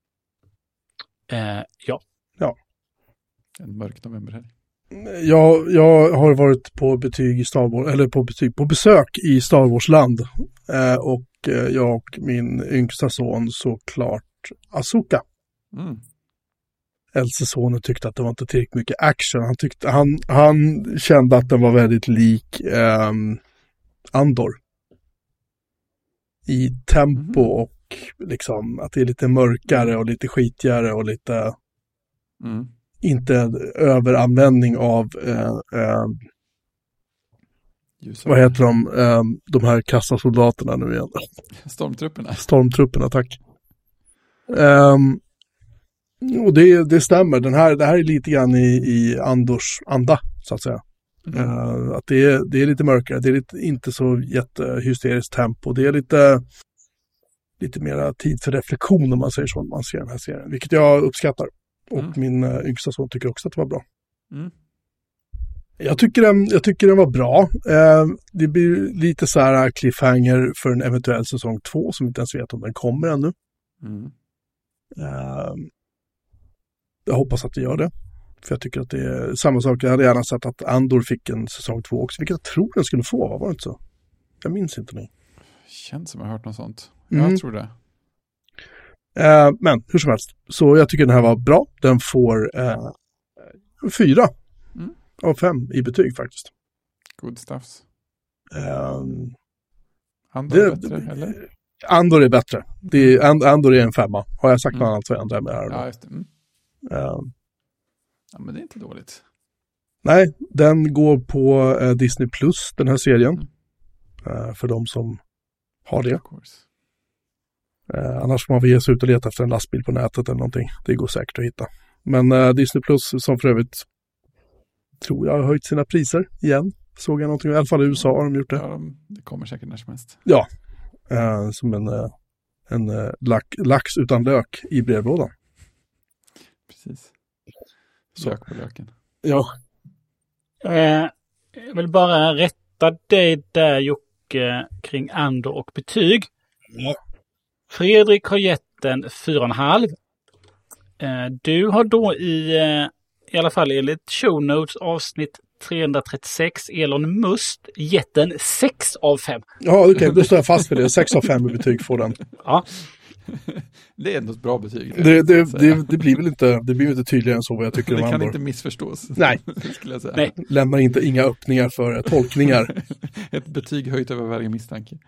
Ja. En mörk novemberhelg. Jag har varit på betyg i Star Wars, eller på besök i Star Wars-land. Och jag och min yngsta son såklart Ahsoka. Äldste sonen tyckte att det var inte tillräckligt mycket action. Han kände att den var väldigt lik Andor. I tempo och liksom att det är lite mörkare och lite skitigare och lite inte överanvändning av vad heter de här kassasoldaterna nu igen? Stormtrupperna, tack. Och det stämmer. Det här är lite grann i Andors anda, så att säga. Att det är lite mörkare. Det är inte så jättehysteriskt tempo. Det är lite mera tid för reflektion om man säger så, när man ser den här serien. Vilket jag uppskattar. Och min yngsta son tycker också att det var bra. Jag tycker den var bra. Det blir lite så här cliffhanger för en eventuell säsong 2 som inte ens vet om den kommer ännu. Jag hoppas att det gör det. För jag tycker att det är samma sak. Jag hade gärna sett att Andor fick en säsong 2 också. Vilket jag tror den skulle få, var det inte så? Jag minns inte nu. Känns som jag har hört något sånt. Jag tror det. Men hur som helst. Så jag tycker den här var bra. Den får 4 av 5 i betyg faktiskt. Good stuffs. Andor är bättre, eller? Andor är bättre. Andor är en 5. Har jag sagt något annat så ändrar jag med det här. Ja, just det. Ja, men det är inte dåligt. Nej, den går på Disney Plus, den här serien. För de som har det. Annars får man väl ge sig ut och leta efter en lastbil på nätet eller någonting. Det går säkert att hitta. Men Disney Plus, som för övrigt tror jag har höjt sina priser igen. Såg jag någonting, i alla fall i USA har de gjort det. Ja, det kommer säkert när som helst. Ja, som en lax utan lök i brevlådan. Precis. Sök på löken. Ja. Jag vill bara rätta dig där, Jocke, kring Andor och betyg. Fredrik har gett den 4,5. Du har då i alla fall enligt show notes avsnitt 336 Elon Musk gett den 6 av 5. Ja, okej, då står jag fast för det. 6 av 5 i betyg får den. Ja. Det är ändå ett bra betyg. Det blir väl inte tydligare än så vad jag tycker om Andor. Det kan inte missförstås. Nej. Skulle jag säga. Nej. Lämnar inga öppningar för tolkningar. Ett betyg höjt över varje misstanke.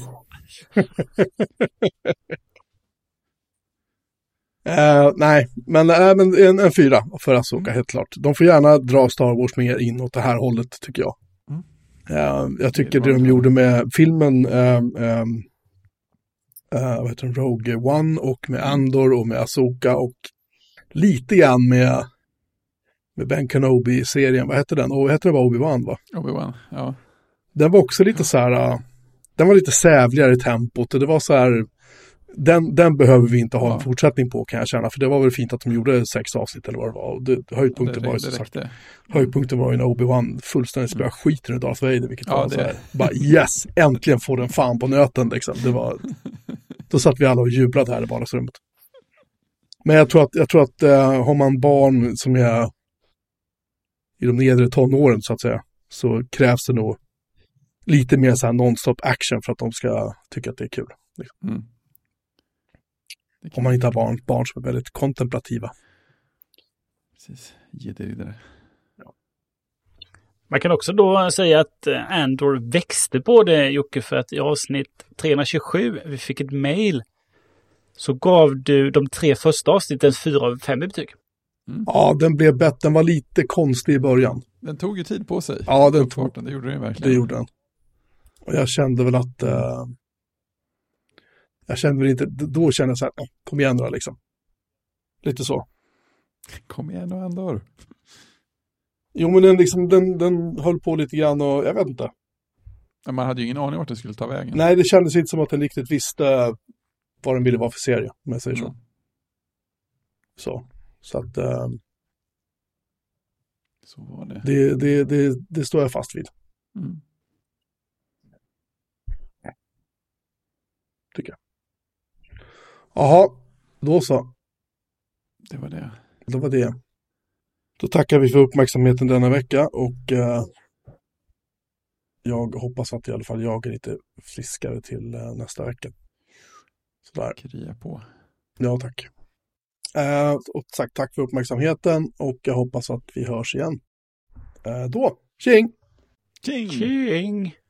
Nej, men en 4 för Ahsoka, helt klart. De får gärna dra Star Wars mer in åt det här hållet, tycker jag. Jag tycker det de gjorde med filmen vad heter den? Rogue One och med Andor och med Ahsoka och lite grann med Ben Kenobi-serien. Vad hette den? Hette det bara Obi-Wan, va? Obi-Wan, ja. Den var också lite så här, den var lite sävligare i tempot och det var så här, den behöver vi inte ha en fortsättning på, kan jag känna, för det var väl fint att de gjorde 6 avsnitt eller vad det var. Och höjdpunkten var ju så sagt. Höjdpunkten var ju när Obi-Wan fullständigt spelade skiten i Darth Vader, vilket var så här, bara yes, äntligen får den fan på nöten liksom. Det var, då satt vi alla och jublade här i vardagsrummet. Men jag tror att har man barn som är i de nedre tonåren så att säga, så krävs det nog lite mer så här non-stop action för att de ska tycka att det är kul. Liksom. Om man inte har barn som är väldigt kontemplativa. Precis, ge det vidare. Man kan också då säga att Andor växte på det, Jocke, för att i avsnitt 327, vi fick ett mejl, så gav du de 3 första avsnitten 4 av 5 i betyg. Ja, den blev bättre. Den var lite konstig i början. Den tog ju tid på sig. Ja, det gjorde den verkligen. Det gjorde den. Och jag kände väl att... jag kände väl inte... Då kände jag så här, kom igen då liksom. Lite så. Kom igen och Andor. Jo, men den höll på lite grann och jag vet inte. Men man hade ju ingen aning vart det skulle ta vägen. Nej, det kändes inte som att den riktigt visste vad den ville vara för serie, om jag säger så. Så att... så var det. Det står jag fast vid. Mm. Tycker jag. Jaha, då så. Det var det. Det var det. Då tackar vi för uppmärksamheten denna vecka och jag hoppas att i alla fall jag är lite friskare till nästa vecka. Sådär. Krya på. Ja, tack. Och tack för uppmärksamheten och jag hoppas att vi hörs igen. Då. Tjing! Tjing! Tjing!